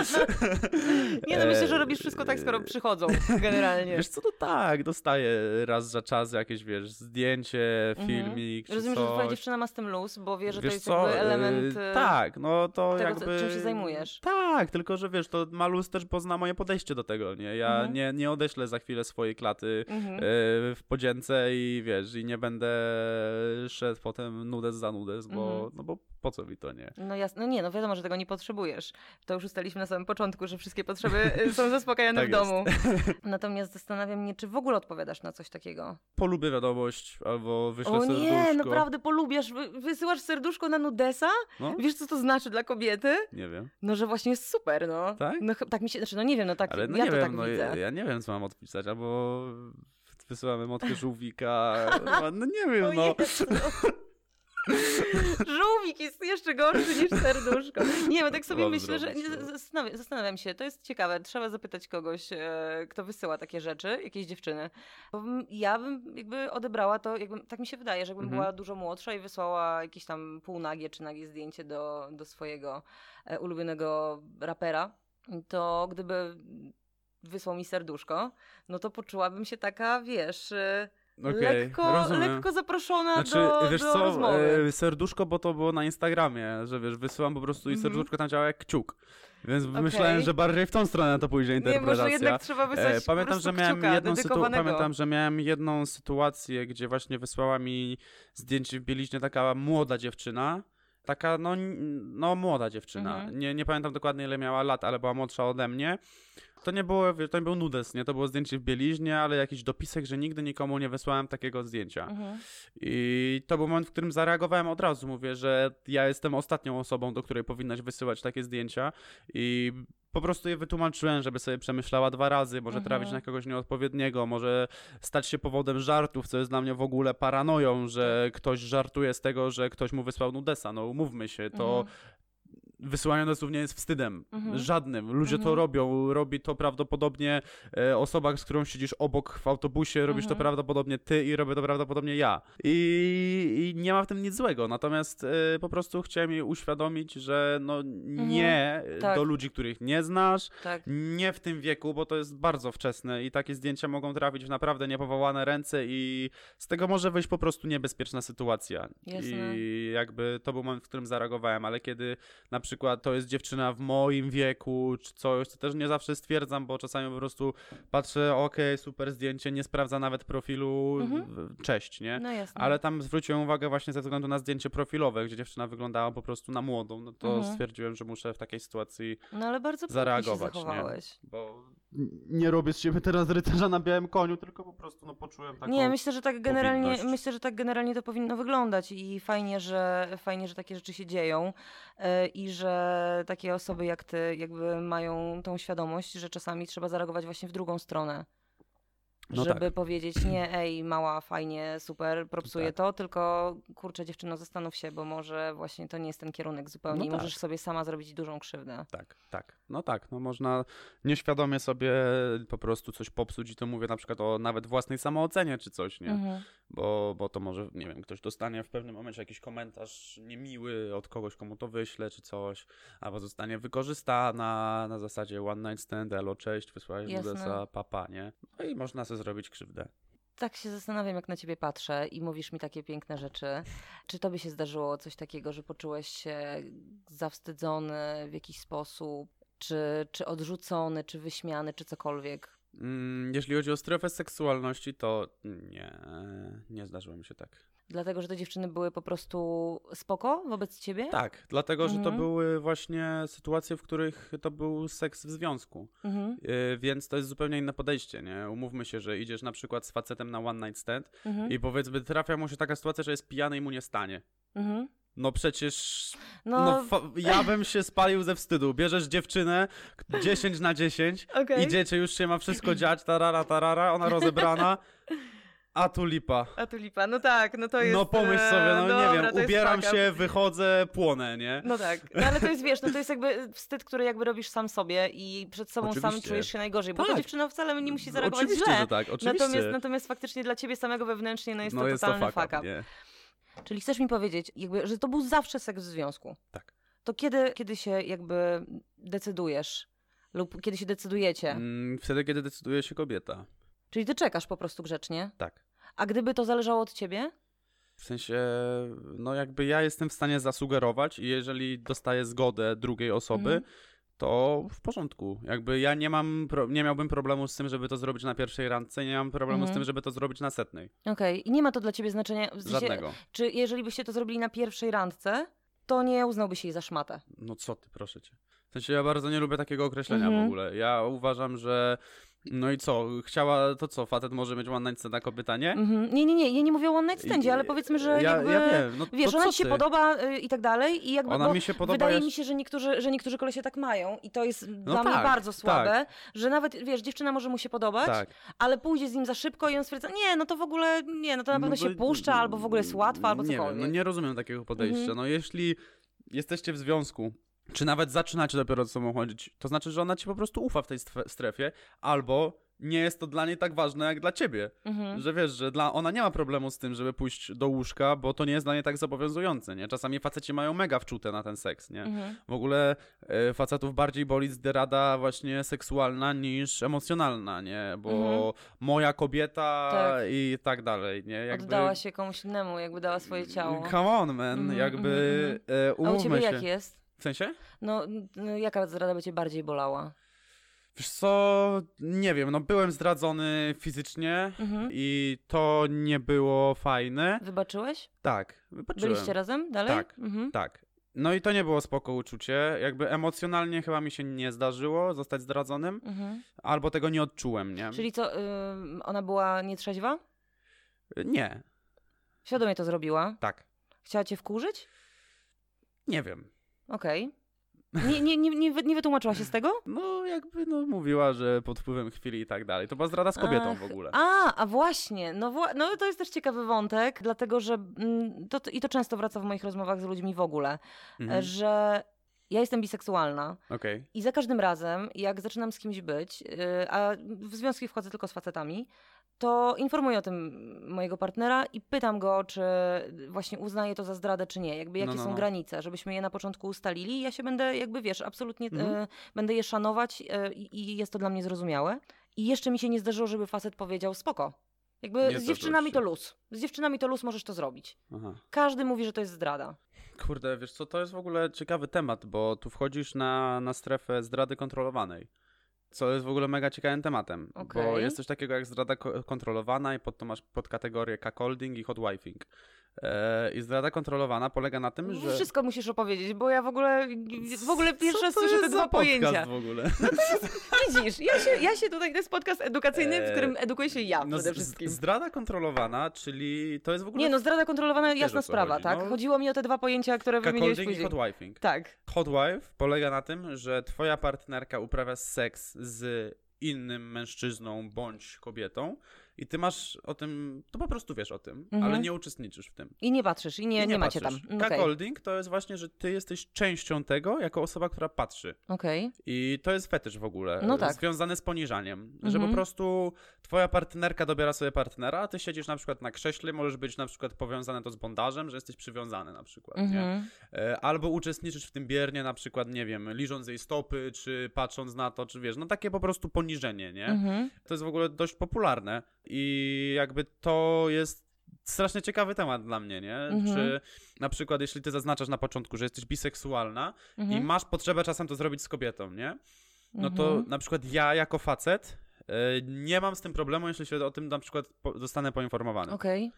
Nie, no myślę, że robisz wszystko tak, skoro przychodzą generalnie. Wiesz co, to tak, dostaję raz za czas jakieś, wiesz, zdjęcie, filmik czy Rozumiem, coś. że twoja dziewczyna ma z tym luz, bo wie, że wiesz to jest co? jakby element tak, no to tego, jakby... czym się zajmujesz. Tak, tylko że wiesz, to ma luz też pozna moje podejście do tego, nie? Ja nie odeślę za chwilę swojej klaty w podzięce i wiesz, i nie będę szedł potem nudes za nudes, bo no bo po co mi to, nie? No jasne, no nie, no wiadomo, że tego nie potrzebujesz. To już ustaliliśmy na samym początku, że wszystkie potrzeby są zaspokajane tak w domu. Natomiast zastanawiam mnie, czy w ogóle odpowiadasz na coś takiego. Polubię wiadomość, albo wyślę serduszko. O nie, naprawdę polubiasz, wysyłasz serduszko na nudesa? No? Wiesz, co to znaczy dla kobiety? Nie wiem. No, że właśnie jest super, no. Tak? No tak mi się, znaczy no nie wiem, no tak, ale no ja nie to wiem, tak no widzę. Ja nie wiem, co mam odpisać, albo wysyłamy motkę żółwika, no nie wiem, no. Żółwik jest jeszcze gorszy niż serduszko. Nie, bo tak sobie myślę, że zastanawiam się, to jest ciekawe. Trzeba zapytać kogoś, kto wysyła takie rzeczy, jakiejś dziewczyny. Bo ja bym jakby odebrała to, tak mi się wydaje, że jakbym była dużo młodsza i wysłała jakieś tam półnagie czy nagie zdjęcie do swojego ulubionego rapera, to gdyby wysłał mi serduszko, no to poczułabym się taka, wiesz... lekko zaproszona do rozmowy. Serduszko, bo to było na Instagramie, że wiesz, wysyłam po prostu i serduszko tam działa jak kciuk. Więc myślałem, że bardziej w tą stronę to pójdzie interpretacja. Nie, może jednak trzeba wysłać Pamiętam, że miałem jedną sytuację, gdzie właśnie wysłała mi zdjęcie w bieliźnie taka młoda dziewczyna. Taka, no młoda dziewczyna. Nie pamiętam dokładnie, ile miała lat, ale była młodsza ode mnie. To nie było, to nie był nudes, nie? To było zdjęcie w bieliźnie, ale jakiś dopisek, że nigdy nikomu nie wysłałem takiego zdjęcia. I to był moment, w którym zareagowałem od razu. Mówię, że ja jestem ostatnią osobą, do której powinnaś wysyłać takie zdjęcia i po prostu je wytłumaczyłem, żeby sobie przemyślała 2 razy, może trafić na kogoś nieodpowiedniego, może stać się powodem żartów, co jest dla mnie w ogóle paranoją, że ktoś żartuje z tego, że ktoś mu wysłał nudesa. No umówmy się, to wysyłanie nudesów nie jest wstydem. Żadnym. Ludzie to robią. Robi to prawdopodobnie osoba, z którą siedzisz obok w autobusie, robisz to prawdopodobnie ty i robię to prawdopodobnie ja. I nie ma w tym nic złego. Natomiast po prostu chciałem jej uświadomić, że no nie do ludzi, których nie znasz, nie w tym wieku, bo to jest bardzo wczesne i takie zdjęcia mogą trafić w naprawdę niepowołane ręce i z tego może wyjść po prostu niebezpieczna sytuacja. Jasne. I jakby to był moment, w którym zareagowałem, ale kiedy na przykład to jest dziewczyna w moim wieku, czy coś, to też nie zawsze stwierdzam, bo czasami po prostu patrzę, okej, super zdjęcie, nie sprawdza nawet profilu, cześć, nie? No jasne. Ale tam zwróciłem uwagę właśnie ze względu na zdjęcie profilowe, gdzie dziewczyna wyglądała po prostu na młodą, no to stwierdziłem, że muszę w takiej sytuacji ale bardzo zareagować, się zachowałeś. nie? Bo nie robię z siebie teraz rycerza na białym koniu, tylko po prostu no poczułem taką Nie, myślę, że tak generalnie to powinno wyglądać i fajnie, że takie rzeczy się dzieją i że takie osoby jak ty jakby mają tą świadomość, że czasami trzeba zareagować właśnie w drugą stronę. No żeby powiedzieć, nie, ej, mała, fajnie, super, propsuję to, tylko kurczę, dziewczyno, zastanów się, bo może właśnie to nie jest ten kierunek zupełnie i możesz sobie sama zrobić dużą krzywdę. Tak. No można nieświadomie sobie po prostu coś popsuć i to mówię na przykład o nawet własnej samoocenie czy coś, nie? Bo to może, nie wiem, ktoś dostanie w pewnym momencie jakiś komentarz niemiły od kogoś, komu to wyślę czy coś, albo zostanie wykorzystana na zasadzie one night stand, elo, cześć, wysłałeś nudesa, papa, nie? No i można sobie zrobić krzywdę. Tak się zastanawiam, jak na ciebie patrzę i mówisz mi takie piękne rzeczy. Czy tobie się zdarzyło coś takiego, że poczułeś się zawstydzony w jakiś sposób, czy odrzucony, czy wyśmiany, czy cokolwiek? Jeśli chodzi o strefę seksualności, to nie zdarzyło mi się tak. Dlatego, że te dziewczyny były po prostu spoko wobec ciebie? Tak, dlatego, że to były właśnie sytuacje, w których to był seks w związku. Więc to jest zupełnie inne podejście, nie? Umówmy się, że idziesz na przykład z facetem na one night stand i powiedzmy trafia mu się taka sytuacja, że jest pijany i mu nie stanie. No przecież ja bym się spalił ze wstydu. Bierzesz dziewczynę 10/10, idziecie, już się ma wszystko dziać, tarara, ona rozebrana. A tu lipa. No tak, no to jest... No pomyśl sobie, nie wiem, ubieram się, wychodzę, płonę, nie? No tak, no ale to jest, wiesz, to jest jakby wstyd, który jakby robisz sam sobie i przed sobą sam czujesz się najgorzej, bo ta dziewczyna wcale nie musi zareagować źle. Że tak, oczywiście. Natomiast faktycznie dla ciebie samego wewnętrznie jest to totalny fuck up. Czyli chcesz mi powiedzieć, jakby, że to był zawsze seks w związku. Tak. To kiedy się jakby decydujesz lub kiedy się decydujecie? Wtedy, kiedy decyduje się kobieta. Czyli ty czekasz po prostu grzecznie? Tak. A gdyby to zależało od ciebie? W sensie, no jakby ja jestem w stanie zasugerować i jeżeli dostaję zgodę drugiej osoby, to w porządku. Jakby ja nie miałbym problemu z tym, żeby to zrobić na pierwszej randce, nie mam problemu z tym, żeby to zrobić na 100. Okej. I nie ma to dla ciebie znaczenia? Żadnego. Czy jeżeli byście to zrobili na pierwszej randce, to nie uznałbyś jej za szmatę? No co ty, proszę cię. W sensie ja bardzo nie lubię takiego określenia w ogóle. Ja uważam, że no i co? To co? Facet może mieć one night stand, a kobieta nie? Nie, ja nie mówię o one night standzie, ale powiedzmy, że ja wiem. No, wiesz, ona ci się podoba i tak dalej i jakby, ona mi się podoba, wydaje mi się, że niektórzy kolesie tak mają i to jest dla mnie bardzo słabe, że nawet, wiesz, dziewczyna może mu się podobać, ale pójdzie z nim za szybko i on stwierdza, nie, to w ogóle, to na pewno się puszcza, albo w ogóle jest łatwa, albo cokolwiek. Nie wiem, nie rozumiem takiego podejścia. No jeśli jesteście w związku, czy nawet zaczynacie dopiero ze sobą chodzić, to znaczy, że ona ci po prostu ufa w tej strefie, albo nie jest to dla niej tak ważne jak dla ciebie. Że wiesz, że ona nie ma problemu z tym, żeby pójść do łóżka, bo to nie jest dla niej tak zobowiązujące, nie? Czasami faceci mają mega wczute na ten seks, nie? W ogóle facetów bardziej boli zdrada właśnie seksualna niż emocjonalna, nie? Bo moja kobieta i tak dalej, nie? Jakby... Oddała się komuś innemu, jakby dała swoje ciało. Come on, man, jakby umówmy się. A u ciebie jak jest? W sensie? No, jaka zdrada by cię bardziej bolała? Wiesz co, nie wiem, byłem zdradzony fizycznie i to nie było fajne. Wybaczyłeś? Tak, wybaczyłem. Byliście razem dalej? Tak. No i to nie było spoko uczucie. Jakby emocjonalnie chyba mi się nie zdarzyło zostać zdradzonym, albo tego nie odczułem, nie? Czyli co, ona była nietrzeźwa? Nie. Świadomie to zrobiła? Tak. Chciała cię wkurzyć? Nie wiem. Okej. Nie wytłumaczyła się z tego? No jakby mówiła, że pod wpływem chwili i tak dalej. To była zdrada z kobietą w ogóle. A właśnie. No to jest też ciekawy wątek, dlatego że to często wraca w moich rozmowach z ludźmi w ogóle, że ja jestem biseksualna i za każdym razem, jak zaczynam z kimś być, a w związki wchodzę tylko z facetami, to informuję o tym mojego partnera i pytam go, czy właśnie uznaje to za zdradę, czy nie. Jakby jakie są granice, żebyśmy je na początku ustalili. Ja się będę, jakby wiesz, absolutnie będę je szanować i jest to dla mnie zrozumiałe. I jeszcze mi się nie zdarzyło, żeby facet powiedział spoko. Jakby z dziewczynami to luz. Z dziewczynami to luz, możesz to zrobić. Aha. Każdy mówi, że to jest zdrada. Kurde, wiesz co, to jest w ogóle ciekawy temat, bo tu wchodzisz na strefę zdrady kontrolowanej. Co jest w ogóle mega ciekawym tematem, bo jest coś takiego jak zdrada kontrolowana i pod to masz podkategorię cuckolding i hotwifing. I zdrada kontrolowana polega na tym, że... Wszystko musisz opowiedzieć, bo ja w ogóle pierwszy raz słyszę te dwa pojęcia. W ogóle? No to jest, widzisz, ja się tutaj, to jest podcast edukacyjny, w którym edukuję się ja przede wszystkim. Zdrada kontrolowana, czyli to jest w ogóle... Nie, zdrada kontrolowana, jasna sprawa, tak? Chodziło mi o te dwa pojęcia, które wymieniłeś później. Cuckolding i hotwifing. Tak. Hotwife polega na tym, że twoja partnerka uprawia seks z innym mężczyzną bądź kobietą i ty masz o tym, to po prostu wiesz o tym, ale nie uczestniczysz w tym. I nie patrzysz, i nie macie tam. Cuckolding to jest właśnie, że ty jesteś częścią tego jako osoba, która patrzy. I to jest fetysz w ogóle, związany z poniżaniem, że po prostu twoja partnerka dobiera sobie partnera, a ty siedzisz na przykład na krześle, możesz być na przykład powiązane to z bondażem, że jesteś przywiązany na przykład, nie? Albo uczestniczysz w tym biernie, na przykład, nie wiem, liżąc jej stopy, czy patrząc na to, czy wiesz, no takie po prostu poniżenie, nie? To jest w ogóle dość popularne. I jakby to jest strasznie ciekawy temat dla mnie, nie? Czy na przykład jeśli ty zaznaczasz na początku, że jesteś biseksualna i masz potrzebę czasem to zrobić z kobietą, nie? No to na przykład ja jako facet nie mam z tym problemu, jeśli się o tym na przykład zostanę poinformowany.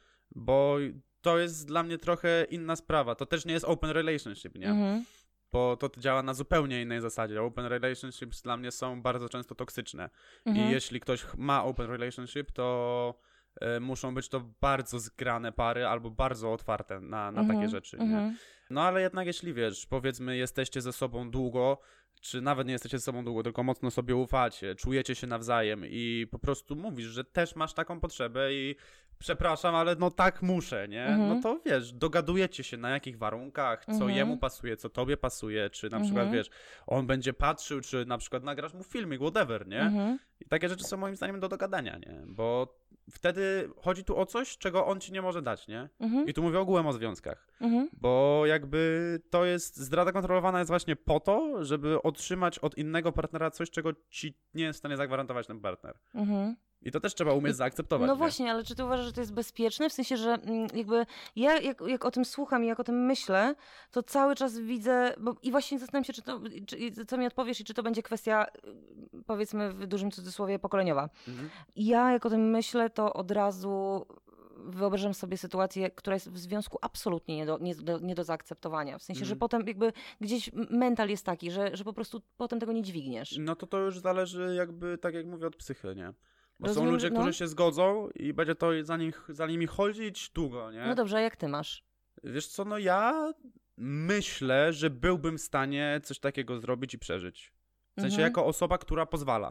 Bo to jest dla mnie trochę inna sprawa. To też nie jest open relationship, nie? Bo to działa na zupełnie innej zasadzie. Open relationships dla mnie są bardzo często toksyczne. I jeśli ktoś ma open relationship, to muszą być to bardzo zgrane pary albo bardzo otwarte na takie rzeczy. Nie? No ale jednak jeśli wiesz, powiedzmy jesteście ze sobą długo, czy nawet nie jesteście ze sobą długo, tylko mocno sobie ufacie, czujecie się nawzajem i po prostu mówisz, że też masz taką potrzebę i przepraszam, ale no tak muszę, nie? No to wiesz, dogadujecie się na jakich warunkach, co jemu pasuje, co tobie pasuje, czy na przykład wiesz, on będzie patrzył, czy na przykład nagrasz mu filmik, whatever, nie? I takie rzeczy są moim zdaniem do dogadania, nie? Bo wtedy chodzi tu o coś, czego on ci nie może dać, nie? I tu mówię ogółem o związkach. Bo jakby to jest, zdrada kontrolowana jest właśnie po to, żeby otrzymać od innego partnera coś, czego ci nie jest w stanie zagwarantować ten partner. I to też trzeba umieć zaakceptować. No właśnie, ale czy ty uważasz, że to jest bezpieczne? W sensie, że jakby ja jak o tym słucham i jak o tym myślę, to cały czas widzę, i właśnie zastanawiam się, co mi odpowiesz i czy to będzie kwestia, powiedzmy w dużym cudzysłowie, pokoleniowa. Ja jak o tym myślę, to od razu wyobrażam sobie sytuację, która jest w związku absolutnie nie do zaakceptowania. W sensie, że potem jakby gdzieś mental jest taki, że po prostu potem tego nie dźwigniesz. No to już zależy jakby, tak jak mówię, od psychy, nie? Bo rozumiem, są ludzie, którzy się zgodzą i będzie to za nimi chodzić długo, nie? No dobrze, a jak ty masz? Wiesz co, no ja myślę, że byłbym w stanie coś takiego zrobić i przeżyć. W sensie jako osoba, która pozwala.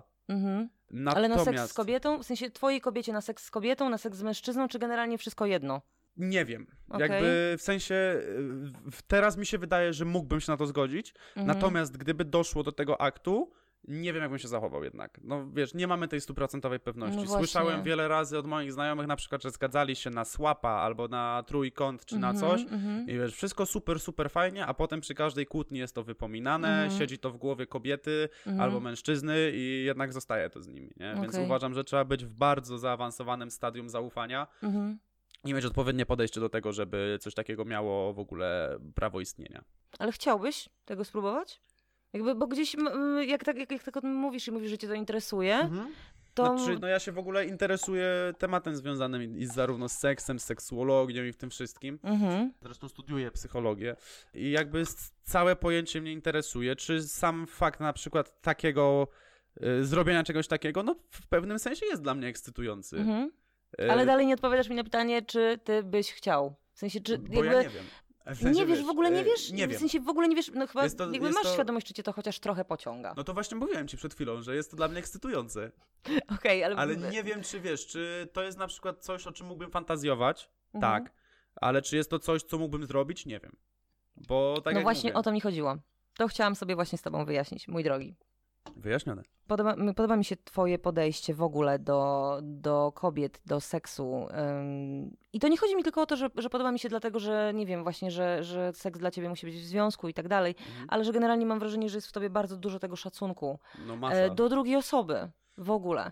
Ale na seks z kobietą? W sensie twojej kobiecie na seks z kobietą, na seks z mężczyzną, czy generalnie wszystko jedno? Nie wiem. Jakby w sensie teraz mi się wydaje, że mógłbym się na to zgodzić, natomiast gdyby doszło do tego aktu, nie wiem, jak bym się zachował jednak. No wiesz, nie mamy tej 100% pewności. No słyszałem wiele razy od moich znajomych na przykład, że zgadzali się na swapa albo na trójkąt czy na coś i wiesz, wszystko super, super fajnie, a potem przy każdej kłótni jest to wypominane, siedzi to w głowie kobiety albo mężczyzny i jednak zostaje to z nimi, nie? Więc uważam, że trzeba być w bardzo zaawansowanym stadium zaufania i mieć odpowiednie podejście do tego, żeby coś takiego miało w ogóle prawo istnienia. Ale chciałbyś tego spróbować? Jakby, bo gdzieś, jak tak o tym mówisz i mówisz, że cię to interesuje, To... Znaczy, no ja się w ogóle interesuję tematem związanym i zarówno z seksem, z seksuologią i w tym wszystkim. Zresztą studiuję psychologię i jakby całe pojęcie mnie interesuje. Czy sam fakt na przykład takiego zrobienia czegoś takiego, no w pewnym sensie jest dla mnie ekscytujący. Ale dalej nie odpowiadasz mi na pytanie, czy ty byś chciał. W sensie, czy Bo ja nie wiem. W sensie, nie wiesz, w ogóle nie wiesz? Nie wiem. W sensie w ogóle nie wiesz, no chyba masz świadomość, czy cię to chociaż trochę pociąga. No to właśnie mówiłem ci przed chwilą, że jest to dla mnie ekscytujące. Okej, ale nie wiem, czy wiesz, czy to jest na przykład coś, o czym mógłbym fantazjować, tak, ale czy jest to coś, co mógłbym zrobić, nie wiem. Bo tak no jak właśnie mówię, o to mi chodziło. To chciałam sobie właśnie z tobą wyjaśnić, mój drogi. Wyjaśnione. Podoba mi się twoje podejście w ogóle do kobiet, do seksu. I to nie chodzi mi tylko o to, że podoba mi się dlatego, że nie wiem, właśnie, że seks dla ciebie musi być w związku i tak dalej, ale że generalnie mam wrażenie, że jest w tobie bardzo dużo tego szacunku do drugiej osoby w ogóle.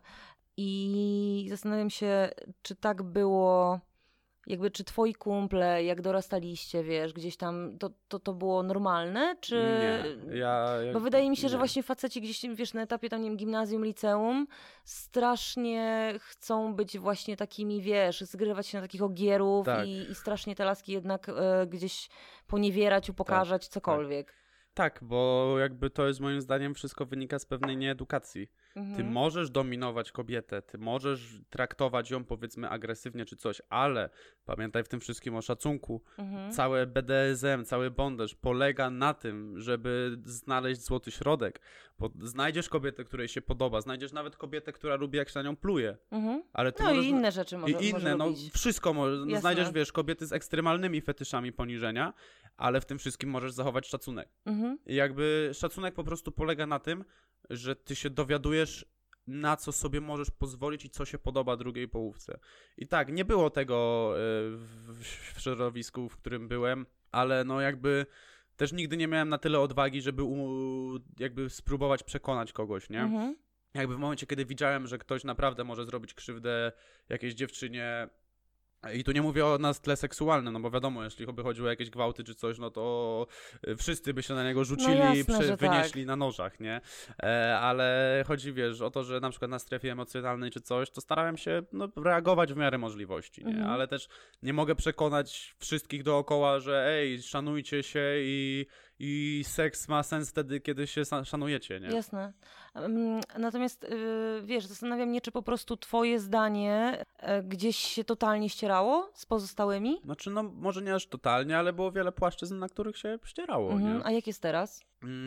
I zastanawiam się, czy tak było... Jakby, czy twoi kumple, jak dorastaliście, wiesz, gdzieś tam, to było normalne, czy... Nie, Bo wydaje mi się, że właśnie faceci gdzieś, wiesz, na etapie tam, nie wiem, gimnazjum, liceum, strasznie chcą być właśnie takimi, wiesz, zgrywać się na takich ogierów i strasznie te laski jednak gdzieś poniewierać, upokarzać, cokolwiek. Tak, bo jakby to jest moim zdaniem wszystko wynika z pewnej nieedukacji. Ty możesz dominować kobietę, ty możesz traktować ją powiedzmy agresywnie czy coś, ale pamiętaj w tym wszystkim o szacunku. Całe BDSM, cały bondage polega na tym, żeby znaleźć złoty środek. Bo znajdziesz kobietę, której się podoba, znajdziesz nawet kobietę, która lubi jak się na nią pluje. Ale ty możesz... i inne rzeczy może lubić. Wszystko może. Znajdziesz, wiesz, kobiety z ekstremalnymi fetyszami poniżenia, ale w tym wszystkim możesz zachować szacunek. I jakby szacunek po prostu polega na tym, że ty się dowiadujesz, na co sobie możesz pozwolić i co się podoba drugiej połówce. I tak, nie było tego w środowisku, w którym byłem, ale no jakby też nigdy nie miałem na tyle odwagi, żeby jakby spróbować przekonać kogoś, nie? Jakby w momencie, kiedy widziałem, że ktoś naprawdę może zrobić krzywdę jakiejś dziewczynie, i tu nie mówię o nas tle seksualnym, no bo wiadomo, jeśli by chodziło o jakieś gwałty czy coś, no to wszyscy by się na niego rzucili i wynieśli na nożach, nie? Ale chodzi, wiesz, o to, że na przykład na strefie emocjonalnej czy coś, to starałem się reagować w miarę możliwości, nie? Ale też nie mogę przekonać wszystkich dookoła, że ej, szanujcie się i seks ma sens wtedy, kiedy się szanujecie, nie? Jasne. Natomiast, wiesz, zastanawiam mnie, czy po prostu twoje zdanie gdzieś się totalnie ścierało z pozostałymi? Znaczy, no może nie aż totalnie, ale było wiele płaszczyzn, na których się ścierało, nie? A jak jest teraz?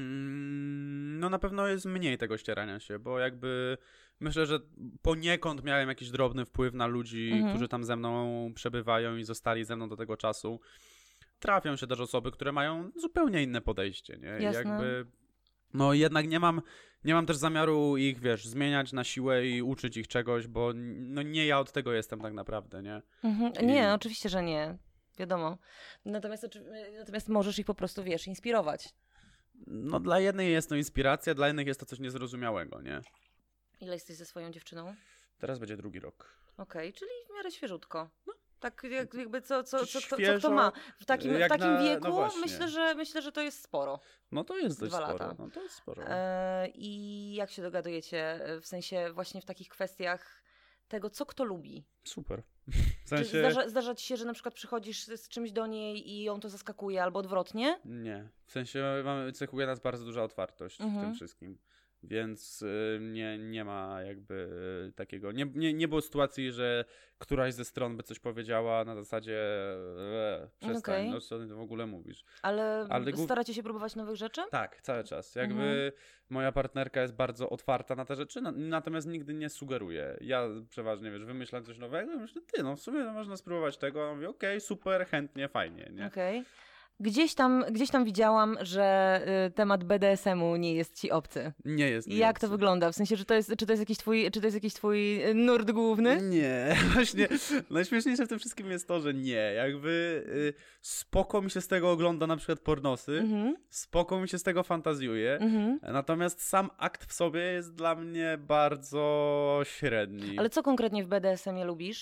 No na pewno jest mniej tego ścierania się, bo jakby myślę, że poniekąd miałem jakiś drobny wpływ na ludzi, którzy tam ze mną przebywają i zostali ze mną do tego czasu. Trafią się też osoby, które mają zupełnie inne podejście, nie? Jasne. Jakby, no jednak nie mam też zamiaru ich, wiesz, zmieniać na siłę i uczyć ich czegoś, bo no nie ja od tego jestem tak naprawdę, nie? Nie, oczywiście, że nie. Wiadomo. Natomiast możesz ich po prostu, wiesz, inspirować. No dla jednej jest to inspiracja, dla innych jest to coś niezrozumiałego, nie? Ile jesteś ze swoją dziewczyną? Teraz będzie 2. rok. Okej, czyli w miarę świeżutko. No. Tak jakby co kto ma. W takim wieku no myślę, że to jest sporo. No to jest dość 2 sporo. lata. No to jest sporo. I jak się dogadujecie? W sensie właśnie w takich kwestiach tego, co kto lubi. Super. W sensie... Czy zdarza ci się, że na przykład przychodzisz z czymś do niej i ją to zaskakuje albo odwrotnie? Nie. W sensie cechuje nas bardzo duża otwartość w tym wszystkim. Więc nie ma jakby takiego... Nie było sytuacji, że któraś ze stron by coś powiedziała na zasadzie przestań, no co ty w ogóle mówisz. Ale staracie się próbować nowych rzeczy? Tak, cały czas. Jakby moja partnerka jest bardzo otwarta na te rzeczy, natomiast nigdy nie sugeruje. Ja przeważnie, wiesz, wymyślam coś nowego i myślę, w sumie można spróbować tego. A on mówi, okej, super, chętnie, fajnie, nie? Okej. Gdzieś tam widziałam, że temat BDSM-u nie jest ci obcy. Nie jest mi Jak obcy. to wygląda? W sensie, czy to jest jakiś twój nurt główny? Nie, właśnie najśmieszniejsze w tym wszystkim jest to, że nie. Jakby spoko mi się z tego ogląda na przykład pornosy, spoko mi się z tego fantazjuje, natomiast sam akt w sobie jest dla mnie bardzo średni. Ale co konkretnie w BDSM-ie lubisz?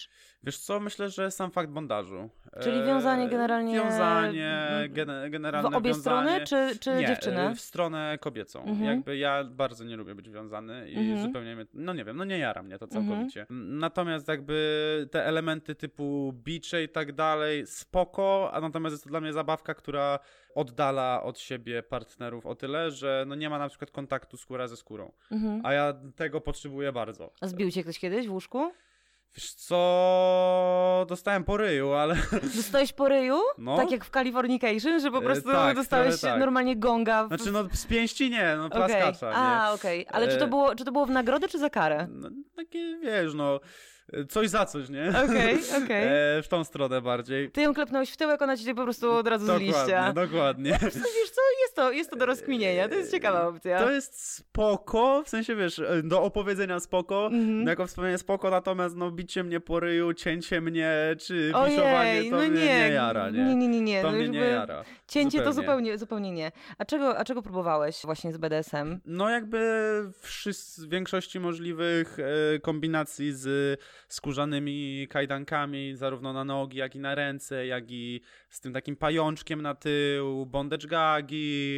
Wiesz co, myślę, że sam fakt bondażu. Czyli wiązanie generalnie... Generalne w obie strony, czy nie, dziewczynę? w stronę kobiecą. Jakby ja bardzo nie lubię być wiązany i zupełnie mnie, no nie wiem, nie jara mnie to całkowicie. Natomiast jakby te elementy typu bicze i tak dalej, spoko, a natomiast jest to dla mnie zabawka, która oddala od siebie partnerów o tyle, że no nie ma na przykład kontaktu skóra ze skórą. A ja tego potrzebuję bardzo. A zbił cię ktoś kiedyś w łóżku? Wiesz co, dostałem po ryju, ale... Dostałeś po ryju? No. Tak jak w Californication, że po prostu tak, dostałeś tak. normalnie gonga? Znaczy no z pięści nie, no plaskacza, nie. Okej. Ale czy to było w nagrodę, czy za karę? No, takie, wiesz, no... Coś za coś, nie? Okej. W tą stronę bardziej. Ty ją klepnąłeś w tyłek, ona ci po prostu od razu z liścia. Dokładnie. Wiesz co, jest to do rozkminienia, to jest ciekawa opcja. To jest spoko, w sensie wiesz, do opowiedzenia spoko, jako wspomnienie spoko, natomiast no bicie mnie po ryju, cięcie mnie, czy piszowanie, to mnie nie jara, nie? Nie. To mnie nie jara. Cięcie to zupełnie nie. A czego próbowałeś właśnie z BDSM? No jakby w większości możliwych kombinacji z skórzanymi kajdankami, zarówno na nogi, jak i na ręce, jak i z tym takim pajączkiem na tył, bondage gagi,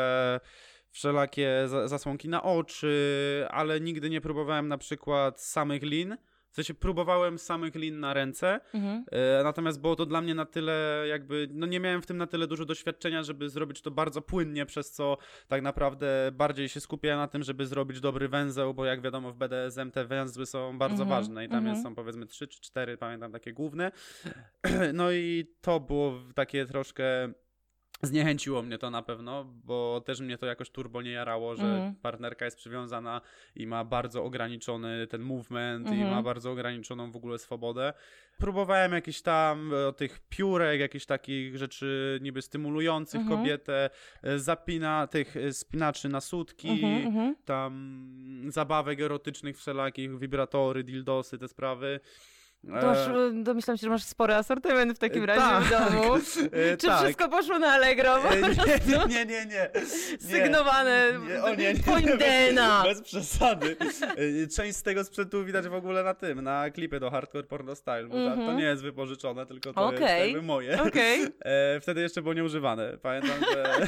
wszelakie zasłonki na oczy, ale nigdy nie próbowałem na przykład samych lin. W sensie próbowałem samych lin na ręce, natomiast było to dla mnie na tyle jakby, no nie miałem w tym na tyle dużo doświadczenia, żeby zrobić to bardzo płynnie, przez co tak naprawdę bardziej się skupiałem na tym, żeby zrobić dobry węzeł, bo jak wiadomo w BDSM te węzły są bardzo ważne i tam są powiedzmy 3 czy 4, pamiętam, takie główne. No i to było takie troszkę... Zniechęciło mnie to na pewno, bo też mnie to jakoś turbo nie jarało, że partnerka jest przywiązana i ma bardzo ograniczony ten movement i ma bardzo ograniczoną w ogóle swobodę. Próbowałem jakichś tam tych piórek, jakichś takich rzeczy niby stymulujących kobietę, spinaczy na sutki, tam zabawek erotycznych wszelakich, wibratory, dildosy, te sprawy. Domyślam się, że masz spory asortyment w takim razie w domu. Czy wszystko poszło na Allegro? Nie. Sygnowane Poindena. Bez przesady. Część z tego sprzętu widać w ogóle na klipie do Hardcore Porno Style, bo to nie jest wypożyczone, tylko to jest jakby moje. Wtedy jeszcze było nieużywane. Pamiętam, że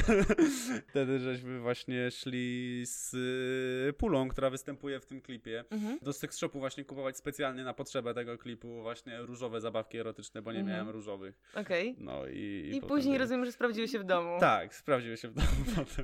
wtedy żeśmy właśnie szli z Pulą, która występuje w tym klipie, do sex shopu właśnie kupować specjalnie na potrzebę tego klipu właśnie różowe zabawki erotyczne, bo nie miałem różowych. No i później rozumiem, że sprawdziły się w domu. Tak, sprawdziły się w domu potem.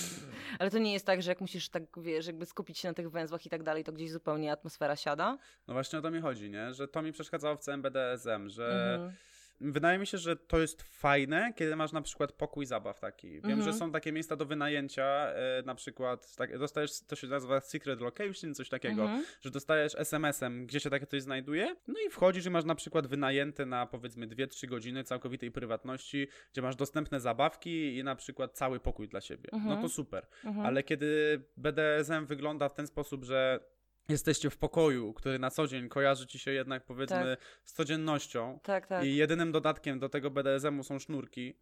Ale to nie jest tak, że jak musisz tak, wiesz, jakby skupić się na tych węzłach i tak dalej, to gdzieś zupełnie atmosfera siada? No właśnie o to mi chodzi, nie? Że to mi przeszkadzało w całym BDSM, że wydaje mi się, że to jest fajne, kiedy masz na przykład pokój zabaw taki. Wiem, że są takie miejsca do wynajęcia, na przykład dostajesz, to się nazywa secret location, coś takiego, że dostajesz SMS-em, gdzie się takie coś znajduje, no i wchodzisz i masz na przykład wynajęte na powiedzmy 2-3 godziny całkowitej prywatności, gdzie masz dostępne zabawki i na przykład cały pokój dla siebie. No to super. Ale kiedy BDSM wygląda w ten sposób, że jesteście w pokoju, który na co dzień kojarzy ci się jednak powiedzmy z codziennością i jedynym dodatkiem do tego BDSM-u są sznurki,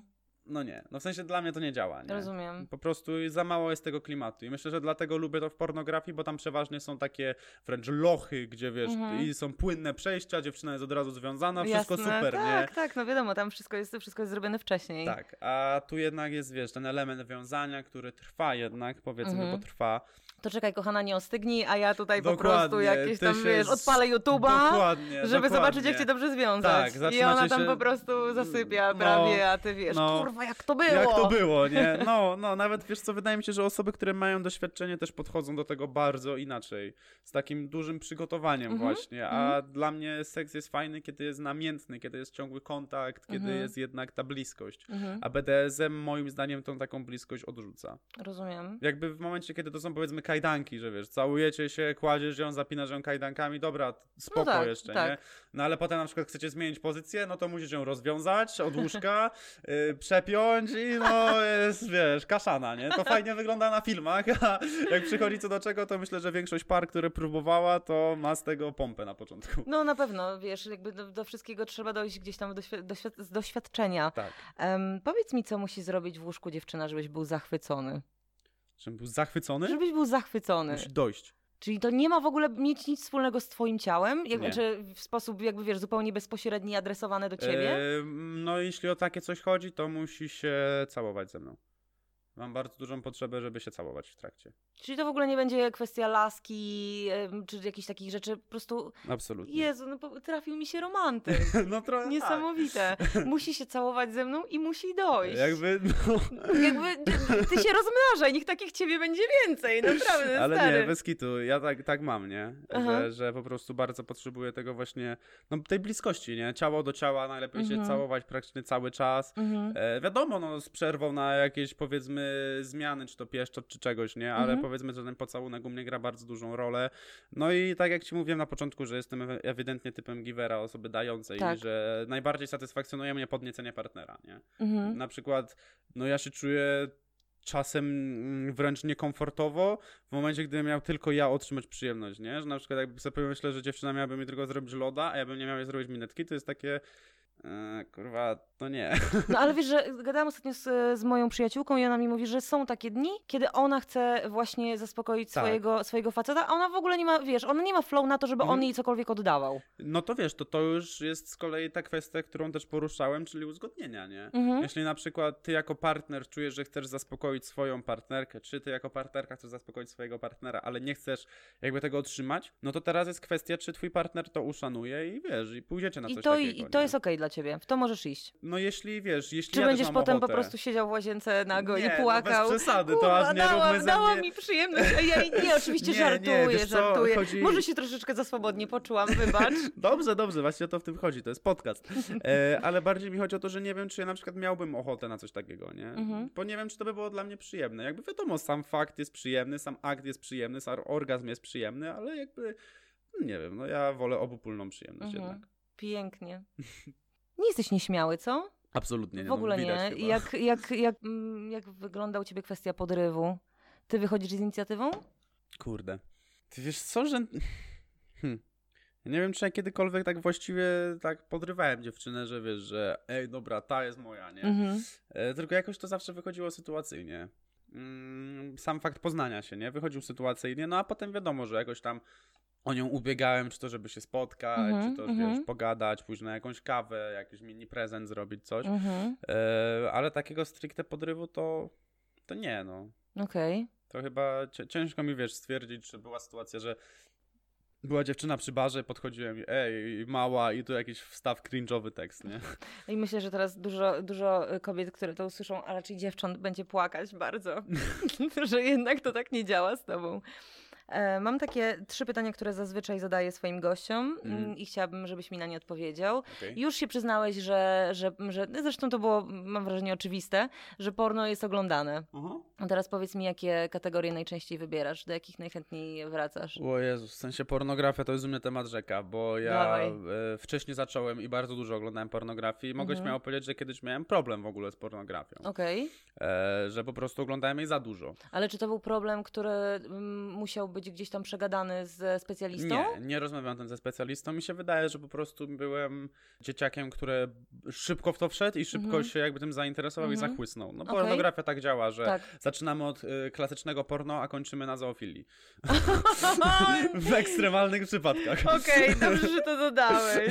no nie. No w sensie dla mnie to nie działa, nie? Rozumiem. Po prostu za mało jest tego klimatu i myślę, że dlatego lubię to w pornografii, bo tam przeważnie są takie wręcz lochy, gdzie wiesz, i są płynne przejścia, dziewczyna jest od razu związana, wszystko super, nie? Tak, no wiadomo, tam wszystko jest zrobione wcześniej. Tak, a tu jednak jest, wiesz, ten element wiązania, który trwa jednak, powiedzmy, bo trwa. To czekaj, kochana, nie ostygnij, a ja tutaj po prostu jakieś tam, wiesz, odpalę YouTube'a, żeby zobaczyć, jak cię dobrze związać. Tak, i ona tam po prostu zasypia prawie, a ty wiesz, kurwa, jak to było? Jak to było, nie? No, nawet wiesz co, wydaje mi się, że osoby, które mają doświadczenie też podchodzą do tego bardzo inaczej. Z takim dużym przygotowaniem właśnie, a dla mnie seks jest fajny, kiedy jest namiętny, kiedy jest ciągły kontakt, kiedy jest jednak ta bliskość. A BDSM moim zdaniem tą taką bliskość odrzuca. Rozumiem. Jakby w momencie, kiedy to są powiedzmy kajdanki, że wiesz, całujecie się, kładziesz ją, zapinasz ją kajdankami, dobra, spoko jeszcze, nie? No ale potem na przykład chcecie zmienić pozycję, no to musisz ją rozwiązać od łóżka, przepiąć i no jest, wiesz, kaszana, nie? To fajnie wygląda na filmach, a jak przychodzi co do czego, to myślę, że większość par, które próbowała, to ma z tego pompę na początku. No na pewno, wiesz, jakby do wszystkiego trzeba dojść gdzieś tam z doświadczenia. Tak. Powiedz mi, co musi zrobić w łóżku dziewczyna, żebyś był zachwycony? Żebym był zachwycony? Żebyś był zachwycony. Musi dojść. Czyli to nie ma w ogóle mieć nic wspólnego z twoim ciałem? Czy w sposób jakby, wiesz, zupełnie bezpośredni adresowany do ciebie? No jeśli o takie coś chodzi, to musi się całować ze mną. Mam bardzo dużą potrzebę, żeby się całować w trakcie. Czyli to w ogóle nie będzie kwestia laski, czy jakichś takich rzeczy, po prostu... Absolutnie. Jezu, no trafił mi się romantyk. No trochę niesamowite. Tak. Musi się całować ze mną i musi dojść. Jakby ty się rozmnażaj, niech takich ciebie będzie więcej, naprawdę, ale stary. nie, bez kitu, ja tak mam, nie? Że po prostu bardzo potrzebuję tego właśnie, no tej bliskości, nie? Ciało do ciała, najlepiej się całować praktycznie cały czas. Wiadomo, no z przerwą na jakieś, powiedzmy, zmiany, czy to pieszczot, czy czegoś, nie? Ale powiedzmy, że ten pocałunek u mnie gra bardzo dużą rolę. No i tak jak ci mówiłem na początku, że jestem ewidentnie typem givera, osoby dającej, i że najbardziej satysfakcjonuje mnie podniecenie partnera, nie? Na przykład, no ja się czuję czasem wręcz niekomfortowo w momencie, gdy miał tylko ja otrzymać przyjemność, nie? Że na przykład jakby sobie pomyślę, że dziewczyna miałaby mi tylko zrobić loda, a ja bym nie miał jej zrobić minetki, to jest takie... kurwa, to nie. No ale wiesz, że gadałam ostatnio z moją przyjaciółką i ona mi mówi, że są takie dni, kiedy ona chce właśnie zaspokoić swojego faceta, a ona w ogóle nie ma, wiesz, ona nie ma flow na to, żeby on jej cokolwiek oddawał. No to wiesz, to już jest z kolei ta kwestia, którą też poruszałem, czyli uzgodnienia, nie? Jeśli na przykład ty jako partner czujesz, że chcesz zaspokoić swoją partnerkę, czy ty jako partnerka chcesz zaspokoić swojego partnera, ale nie chcesz jakby tego otrzymać, no to teraz jest kwestia, czy twój partner to uszanuje i wiesz, i pójdziecie na coś takiego. I to jest okej dla ciebie, w to możesz iść. No jeśli wiesz, jeśli czy ja będziesz mam potem ochotę... po prostu siedział w łazience nago i no płakał? bez przesady, to aż nie róbmy ze dała mnie... mi przyjemność, a ja nie, oczywiście żartuję. Chodzi... Może się troszeczkę za swobodnie poczułam, wybacz. Dobrze, właśnie o to w tym chodzi, to jest podcast. Ale bardziej mi chodzi o to, że nie wiem, czy ja na przykład miałbym ochotę na coś takiego, nie? Bo nie wiem, czy to by było dla mnie przyjemne. Jakby wiadomo, sam fakt jest przyjemny, sam akt jest przyjemny, sam orgazm jest przyjemny, ale jakby, nie wiem, no ja wolę obopólną przyjemność jednak. Pięknie. Nie jesteś nieśmiały, co? Absolutnie nie. W ogóle nie. Jak wygląda u ciebie kwestia podrywu? Ty wychodzisz z inicjatywą? Kurde. Ty wiesz co, że... Nie wiem, czy ja kiedykolwiek tak właściwie tak podrywałem dziewczynę, że wiesz, że ej, dobra, ta jest moja, nie? Tylko jakoś to zawsze wychodziło sytuacyjnie. Sam fakt poznania się, nie? Wychodził sytuacyjnie, no a potem wiadomo, że jakoś tam o nią ubiegałem, czy to żeby się spotkać, czy to wiesz, pogadać, pójść na jakąś kawę, jakiś mini prezent zrobić, coś. Ale takiego stricte podrywu to nie, no. Okej. To chyba ciężko mi, wiesz, stwierdzić, czy była sytuacja, że była dziewczyna przy barze, podchodziłem i ej, mała, i tu jakiś wstaw cringe'owy tekst, nie? I myślę, że teraz dużo kobiet, które to usłyszą, a raczej dziewcząt, będzie płakać bardzo, że jednak to tak nie działa z tobą. Mam takie 3 pytania, które zazwyczaj zadaję swoim gościom i chciałabym, żebyś mi na nie odpowiedział. Okay. Już się przyznałeś, że zresztą to było, mam wrażenie, oczywiste, że porno jest oglądane. A teraz powiedz mi, jakie kategorie najczęściej wybierasz, do jakich najchętniej wracasz? O Jezus, w sensie pornografia to jest u mnie temat rzeka, bo ja wcześniej zacząłem i bardzo dużo oglądałem pornografii i mogę śmiało powiedzieć, że kiedyś miałem problem w ogóle z pornografią. Okej. Że po prostu oglądałem jej za dużo. Ale czy to był problem, który musiał być gdzieś tam przegadany ze specjalistą? Nie rozmawiałem tym ze specjalistą. Mi się wydaje, że po prostu byłem dzieciakiem, który szybko w to wszedł i szybko się jakby tym zainteresował i zachłysnął. No pornografia tak działa, że zaczynamy od klasycznego porno, a kończymy na zoofilii. W ekstremalnych przypadkach. Okej, dobrze, że to dodałeś.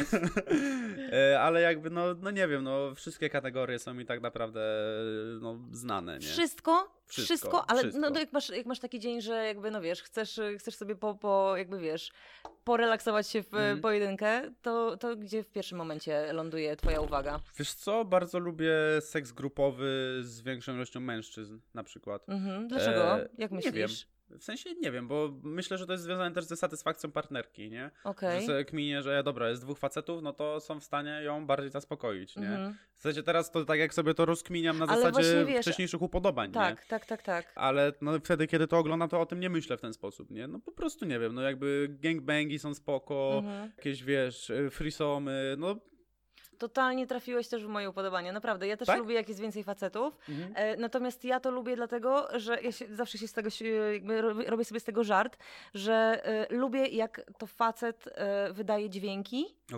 Ale jakby, no nie wiem, no wszystkie kategorie są mi tak naprawdę znane, nie? Wszystko, ale no jak masz taki dzień, że jakby, no wiesz, chcesz sobie jakby wiesz, porelaksować się w pojedynkę, to gdzie w pierwszym momencie ląduje twoja uwaga? Wiesz co, bardzo lubię seks grupowy z większą ilością mężczyzn na przykład. Dlaczego? Jak myślisz? Nie wiem. W sensie nie wiem, bo myślę, że to jest związane też ze satysfakcją partnerki, nie? Okej. Że sobie kminie, że dobra, jest 2 facetów, no to są w stanie ją bardziej zaspokoić, nie? W sensie teraz to tak jak sobie to rozkminiam na zasadzie wcześniejszych upodobań, tak, nie? Tak. Ale no wtedy, kiedy to oglądam, to o tym nie myślę w ten sposób, nie? No po prostu nie wiem, no jakby gangbangi są spoko, jakieś wiesz, threesomy, no... Totalnie trafiłeś też w moje upodobanie, naprawdę. Ja też lubię, jak jest więcej facetów, natomiast ja to lubię dlatego, że ja zawsze się z tego, jakby robię sobie z tego żart, że lubię, jak to facet wydaje dźwięki.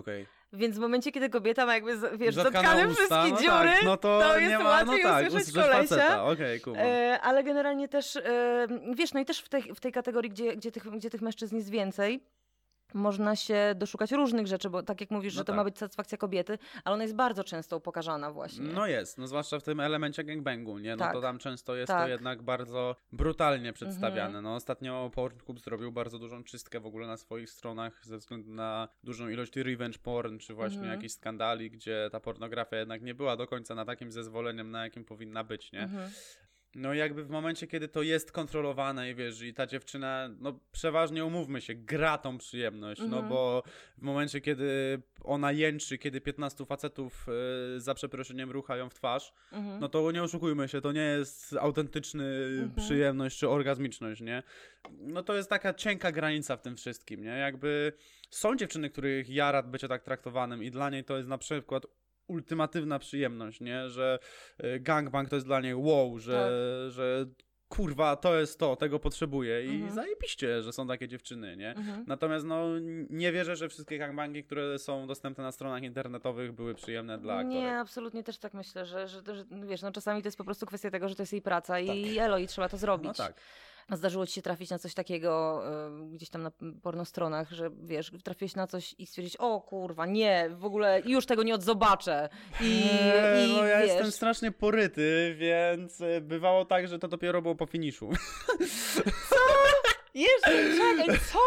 Więc w momencie, kiedy kobieta ma jakby, wiesz, zatkane wszystkie dziury, tak, to jest łatwiej usłyszeć kolesia. Okay, cool. Ale generalnie też, wiesz, no i też w tej kategorii, gdzie tych mężczyzn jest więcej, można się doszukać różnych rzeczy, bo tak jak mówisz, że to ma być satysfakcja kobiety, ale ona jest bardzo często upokarzana właśnie. No jest, no zwłaszcza w tym elemencie gangbangu, nie? No tak. to tam często jest to jednak bardzo brutalnie przedstawiane. No ostatnio Pornhub zrobił bardzo dużą czystkę w ogóle na swoich stronach ze względu na dużą ilość revenge porn, czy właśnie jakichś skandali, gdzie ta pornografia jednak nie była do końca na takim zezwoleniem, na jakim powinna być, nie? No jakby w momencie, kiedy to jest kontrolowane i wiesz, i ta dziewczyna, no przeważnie umówmy się, gra tą przyjemność, no bo w momencie, kiedy ona jęczy, kiedy 15 facetów za przeproszeniem rucha ją w twarz, no to nie oszukujmy się, to nie jest autentyczny przyjemność czy orgazmiczność, nie? No to jest taka cienka granica w tym wszystkim, nie? Jakby są dziewczyny, których jara bycie tak traktowanym i dla niej to jest na przykład ultimatywna przyjemność, nie? Że gangbang to jest dla niej wow, że kurwa, to jest to, tego potrzebuję i zajebiście, że są takie dziewczyny, nie? Natomiast no nie wierzę, że wszystkie gangbangi, które są dostępne na stronach internetowych były przyjemne dla aktorek. Nie, absolutnie też tak myślę, że wiesz, no czasami to jest po prostu kwestia tego, że to jest jej praca i elo, i trzeba to zrobić. No tak. A zdarzyło ci się trafić na coś takiego gdzieś tam na pornostronach, że wiesz, trafiłeś na coś i stwierdzić, o kurwa, nie, w ogóle już tego nie odzobaczę. No ja jestem strasznie poryty, więc bywało tak, że to dopiero było po finiszu. Co? Jeszcze, czekaj, co?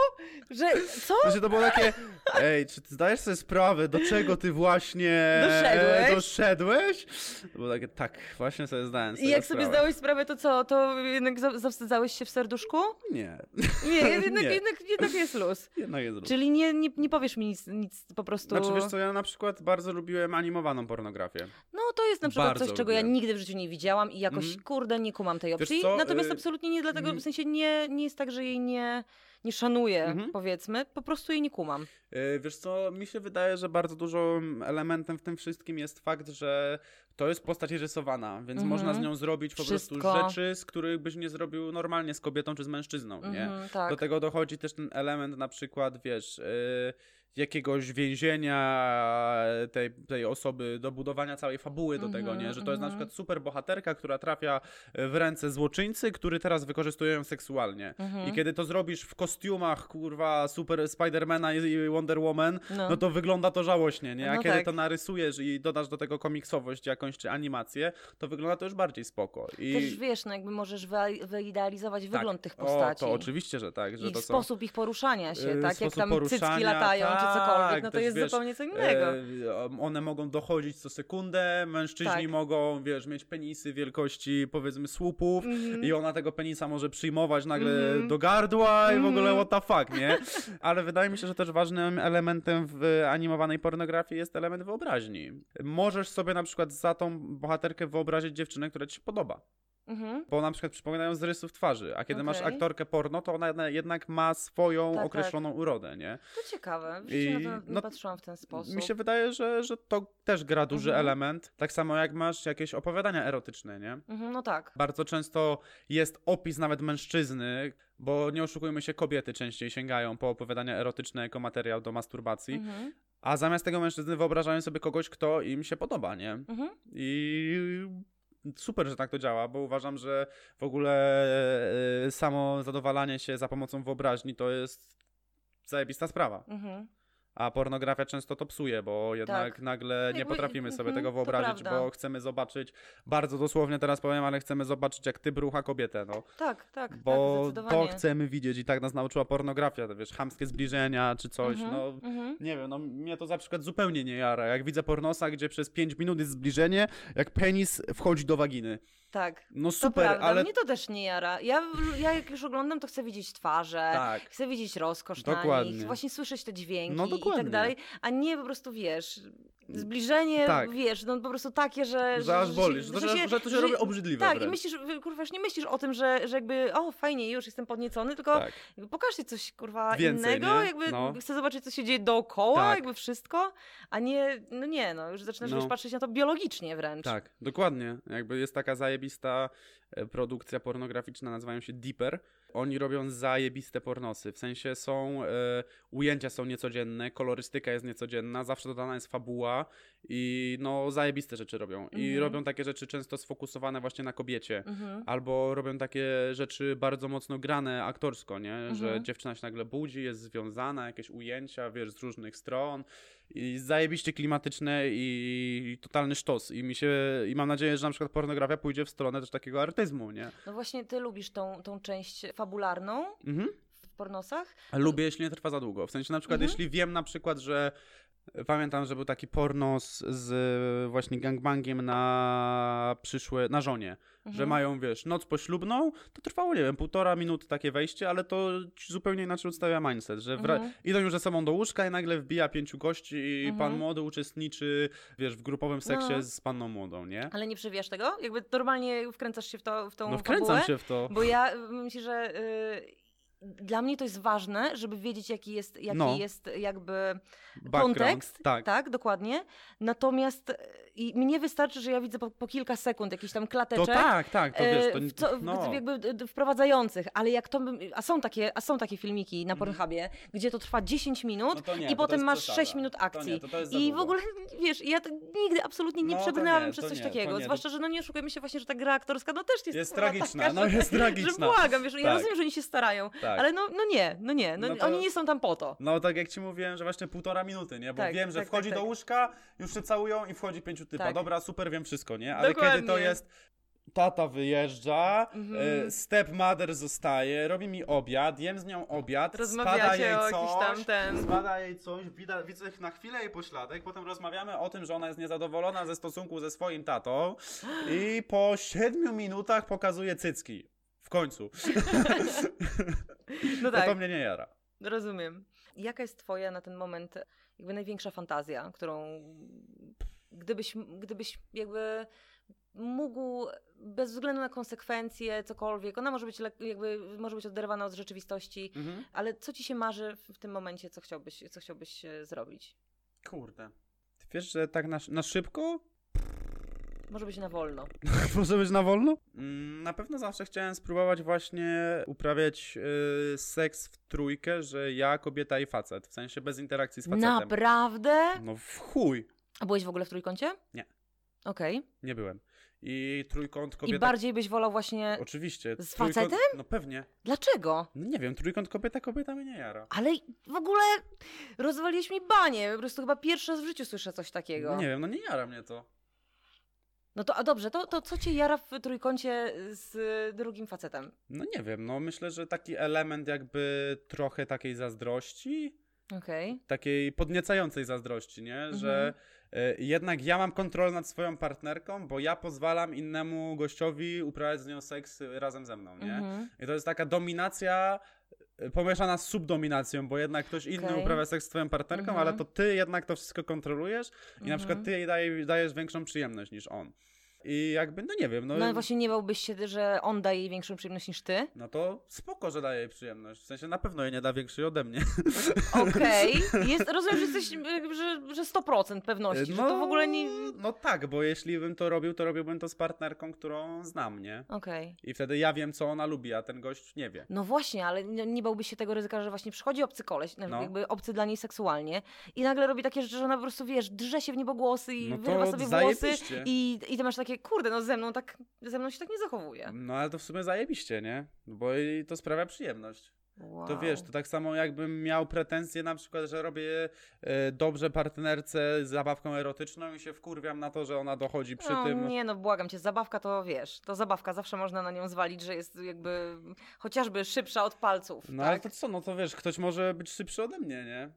Że to było takie, ej, czy ty zdajesz sobie sprawę, do czego ty właśnie doszedłeś? To było takie, tak, właśnie sobie zdałem sprawę. I jak sobie zdałeś sprawę, to co? To jednak zawstydzałeś się w serduszku? Nie. Jednak jest luz. Jednak jest luz. Czyli nie powiesz mi nic po prostu... Znaczy wiesz co, ja na przykład bardzo lubiłem animowaną pornografię. No to jest na przykład bardzo coś, czego ja nigdy w życiu nie widziałam i jakoś, kurde, nie kumam tej opcji. Natomiast absolutnie nie dlatego, w sensie nie jest tak, że jej nie szanuję, powiedzmy, po prostu jej nie kumam. Wiesz co, mi się wydaje, że bardzo dużym elementem w tym wszystkim jest fakt, że to jest postać rysowana, więc można z nią zrobić po prostu rzeczy, z których byś nie zrobił normalnie z kobietą czy z mężczyzną, nie? Tak. Do tego dochodzi też ten element na przykład, wiesz, jakiegoś więzienia tej osoby, do budowania całej fabuły do tego, nie? Że to jest na przykład super bohaterka, która trafia w ręce złoczyńcy, który teraz wykorzystuje ją seksualnie. I kiedy to zrobisz w kostiumach, kurwa, super Spidermana i Wonder Woman, no to wygląda to żałośnie, nie? A kiedy to narysujesz i dodasz do tego komiksowość jakąś czy animację, to wygląda to już bardziej spoko. Też wiesz, no jakby możesz wyidealizować wygląd tych postaci. To oczywiście, że tak. Że I to sposób ich poruszania się, tak? Jak tam cycki latają, czy cokolwiek, no to jest zupełnie co innego. One mogą dochodzić co sekundę, mężczyźni mogą, wiesz, mieć penisy wielkości, powiedzmy, słupów i ona tego penisa może przyjmować nagle do gardła i w ogóle what the fuck, nie? Ale wydaje mi się, że też ważnym elementem w animowanej pornografii jest element wyobraźni. Możesz sobie na przykład za tą bohaterkę wyobrazić dziewczynę, która ci się podoba. Bo na przykład przypominają z rysów twarzy, a kiedy masz aktorkę porno, to ona jednak ma swoją określoną urodę, nie? To ciekawe, wiecie, na to nie patrzyłam w ten sposób. Mi się wydaje, że to też gra duży element, tak samo jak masz jakieś opowiadania erotyczne, nie? No tak. Bardzo często jest opis nawet mężczyzny, bo nie oszukujmy się, kobiety częściej sięgają po opowiadania erotyczne jako materiał do masturbacji, a zamiast tego mężczyzny wyobrażają sobie kogoś, kto im się podoba, nie? I super, że tak to działa, bo uważam, że w ogóle samo zadowalanie się za pomocą wyobraźni to jest zajebista sprawa. A pornografia często to psuje, bo jednak nagle nie potrafimy sobie tego wyobrazić, bo chcemy zobaczyć, bardzo dosłownie teraz powiem, ale chcemy zobaczyć, jak ty brucha kobietę, no. Tak, bo to chcemy widzieć i tak nas nauczyła pornografia, to wiesz, chamskie zbliżenia czy coś, nie wiem, no mnie to na przykład zupełnie nie jara, jak widzę pornosa, gdzie przez 5 minut jest zbliżenie, jak penis wchodzi do waginy. Tak, no super, ale mnie to też nie jara. Ja jak już oglądam, to chcę widzieć twarze, chcę widzieć rozkosz na nich, właśnie słyszeć te dźwięki i tak dalej, a nie po prostu, wiesz, zbliżenie, wiesz, no po prostu takie, że aż bolisz, że to się robi obrzydliwe. Tak, i myślisz, kurwa, już nie myślisz o tym, że jakby, o fajnie, już jestem podniecony, tylko pokażcie coś, kurwa, więcej, innego, jakby chcę zobaczyć, co się dzieje dookoła, jakby wszystko, a nie, już zaczynasz już patrzeć na to biologicznie wręcz. Tak, dokładnie, jakby jest taka zajebista produkcja pornograficzna, nazywają się Dipper. Oni robią zajebiste pornosy, w sensie są, ujęcia są niecodzienne, kolorystyka jest niecodzienna, zawsze dodana jest fabuła i no zajebiste rzeczy robią. I robią takie rzeczy często sfokusowane właśnie na kobiecie, albo robią takie rzeczy bardzo mocno grane aktorsko, nie? Że dziewczyna się nagle budzi, jest związana, jakieś ujęcia, wiesz, z różnych stron i zajebiście klimatyczne i totalny sztos. I mam nadzieję, że na przykład pornografia pójdzie w stronę też takiego artyzmu, nie? No właśnie ty lubisz tą część fabularną w pornosach? Lubię, jeśli nie trwa za długo. W sensie na przykład, jeśli wiem na przykład, że pamiętam, że był taki pornos z właśnie gangbangiem na żonie, że mają, wiesz, noc poślubną, to trwało, nie wiem, 1,5 minuty takie wejście, ale to zupełnie inaczej ustawia mindset, że idą już ze sobą do łóżka i nagle wbija 5 gości i pan młody uczestniczy, wiesz, w grupowym seksie z panną młodą, nie? Ale nie przewijasz tego? Jakby normalnie wkręcasz się w tą No wkręcam się w to. Bo ja myślę, że dla mnie to jest ważne, żeby wiedzieć, jaki jest jakby kontekst. Tak, dokładnie. Natomiast i mnie wystarczy, że ja widzę po kilka sekund jakiś tam klateczek. To tak, to wiesz, jakby wprowadzających, ale jak to a są takie filmiki na Pornhubie, gdzie to trwa 10 minut i potem masz 6 minut akcji. To jest I w ogóle, wiesz, ja nigdy absolutnie nie przebrnęłam przez coś takiego. Zwłaszcza, że nie oszukujmy się właśnie, że ta gra aktorska też jest tragiczna. Taka, jest tragiczna. Że błagam, wiesz, ja rozumiem, że oni się starają, ale oni nie są tam po to. No tak jak ci mówiłem, że właśnie 1,5 minuty, nie? Bo wiem, że wchodzi do łóżka, już się całują i wchodzi 5 typa. Tak. Dobra, super, wiem wszystko, nie? Ale kiedy to jest tata wyjeżdża, stepmother zostaje, robi mi obiad, jem z nią obiad, spada jej coś, widzę na chwilę jej pośladek, potem rozmawiamy o tym, że ona jest niezadowolona ze stosunku ze swoim tatą i po 7 minutach pokazuje cycki. W końcu. No tak. To mnie nie jara. Rozumiem. Jaka jest twoja na ten moment jakby największa fantazja, którą gdybyś jakby mógł bez względu na konsekwencje, cokolwiek, ona może być oderwana od rzeczywistości, ale co ci się marzy w tym momencie, co chciałbyś zrobić? Kurde. Ty wiesz, że tak na szybko? Może być na wolno. Może być na wolno? Na pewno zawsze chciałem spróbować właśnie uprawiać seks w trójkę, że ja, kobieta i facet. W sensie bez interakcji z facetem. Naprawdę? No w chuj. A byłeś w ogóle w trójkącie? Nie. Okej. Nie byłem. I trójkąt kobieta... I bardziej byś wolał właśnie Oczywiście. Z facetem? No pewnie. Dlaczego? No nie wiem, trójkąt kobieta mnie nie jara. Ale w ogóle rozwaliłeś mi banie. Po prostu chyba pierwszy raz w życiu słyszę coś takiego. No nie wiem, no nie jara mnie to. No to, a dobrze, to co cię jara w trójkącie z drugim facetem? No nie wiem, no myślę, że taki element jakby trochę takiej zazdrości. Okej. Takiej podniecającej zazdrości, nie? Że jednak ja mam kontrolę nad swoją partnerką, bo ja pozwalam innemu gościowi uprawiać z nią seks razem ze mną, nie? I to jest taka dominacja pomieszana z subdominacją, bo jednak ktoś inny uprawia seks z twoją partnerką, ale to ty jednak to wszystko kontrolujesz i na przykład ty jej dajesz większą przyjemność niż on. I jakby, no nie wiem. No właśnie nie bałbyś się, że on daje jej większą przyjemność niż ty? No to spoko, że daje jej przyjemność. W sensie na pewno jej nie da większej ode mnie. Okej. Rozumiem, że jesteś, że 100% pewności, że to w ogóle nie... No tak, bo jeśli bym to robił, to robiłbym to z partnerką, którą znam, nie? Okej. I wtedy ja wiem, co ona lubi, a ten gość nie wie. No właśnie, ale nie bałbyś się tego ryzyka, że właśnie przychodzi obcy koleś, jakby obcy dla niej seksualnie i nagle robi takie rzeczy, że ona po prostu, wiesz, drze się w niebogłosy i wyrywa sobie włosy i ty masz takie, kurde, no ze mną się tak nie zachowuje. No ale to w sumie zajebiście, nie? Bo jej to sprawia przyjemność. Wow. To wiesz, to tak samo jakbym miał pretensje na przykład, że robię dobrze partnerce z zabawką erotyczną i się wkurwiam na to, że ona dochodzi przy tym. Nie no, błagam cię, zabawka to wiesz, to zabawka, zawsze można na nią zwalić, że jest jakby chociażby szybsza od palców. No tak? Ale to co, no to wiesz, ktoś może być szybszy ode mnie, nie?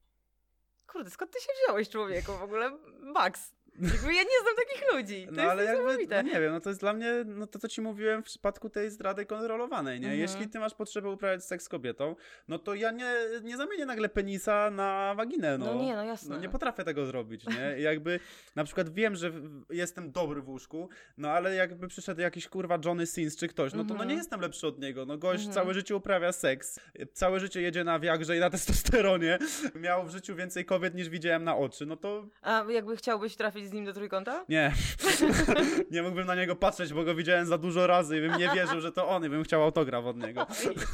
Kurde, skąd ty się wziąłeś, człowieku, w ogóle? Max. Jakby ja nie znam takich ludzi. To jest niesamowite. No nie wiem, no to jest dla mnie, no to co ci mówiłem w przypadku tej zdrady kontrolowanej, nie? Jeśli ty masz potrzebę uprawiać seks z kobietą, no to ja nie zamienię nagle penisa na waginę, no. No nie, no jasne. No nie potrafię tego zrobić, nie? I jakby na przykład wiem, że jestem dobry w łóżku, no ale jakby przyszedł jakiś kurwa Johnny Sins czy ktoś, no to no nie jestem lepszy od niego, no gość całe życie uprawia seks, całe życie jedzie na Viagrze i na testosteronie, miał w życiu więcej kobiet niż widziałem na oczy, no to... A jakby chciałbyś trafić wstąpić z nim do trójkąta? Nie. Nie mógłbym na niego patrzeć, bo go widziałem za dużo razy i bym nie wierzył, że to on i bym chciał autograf od niego.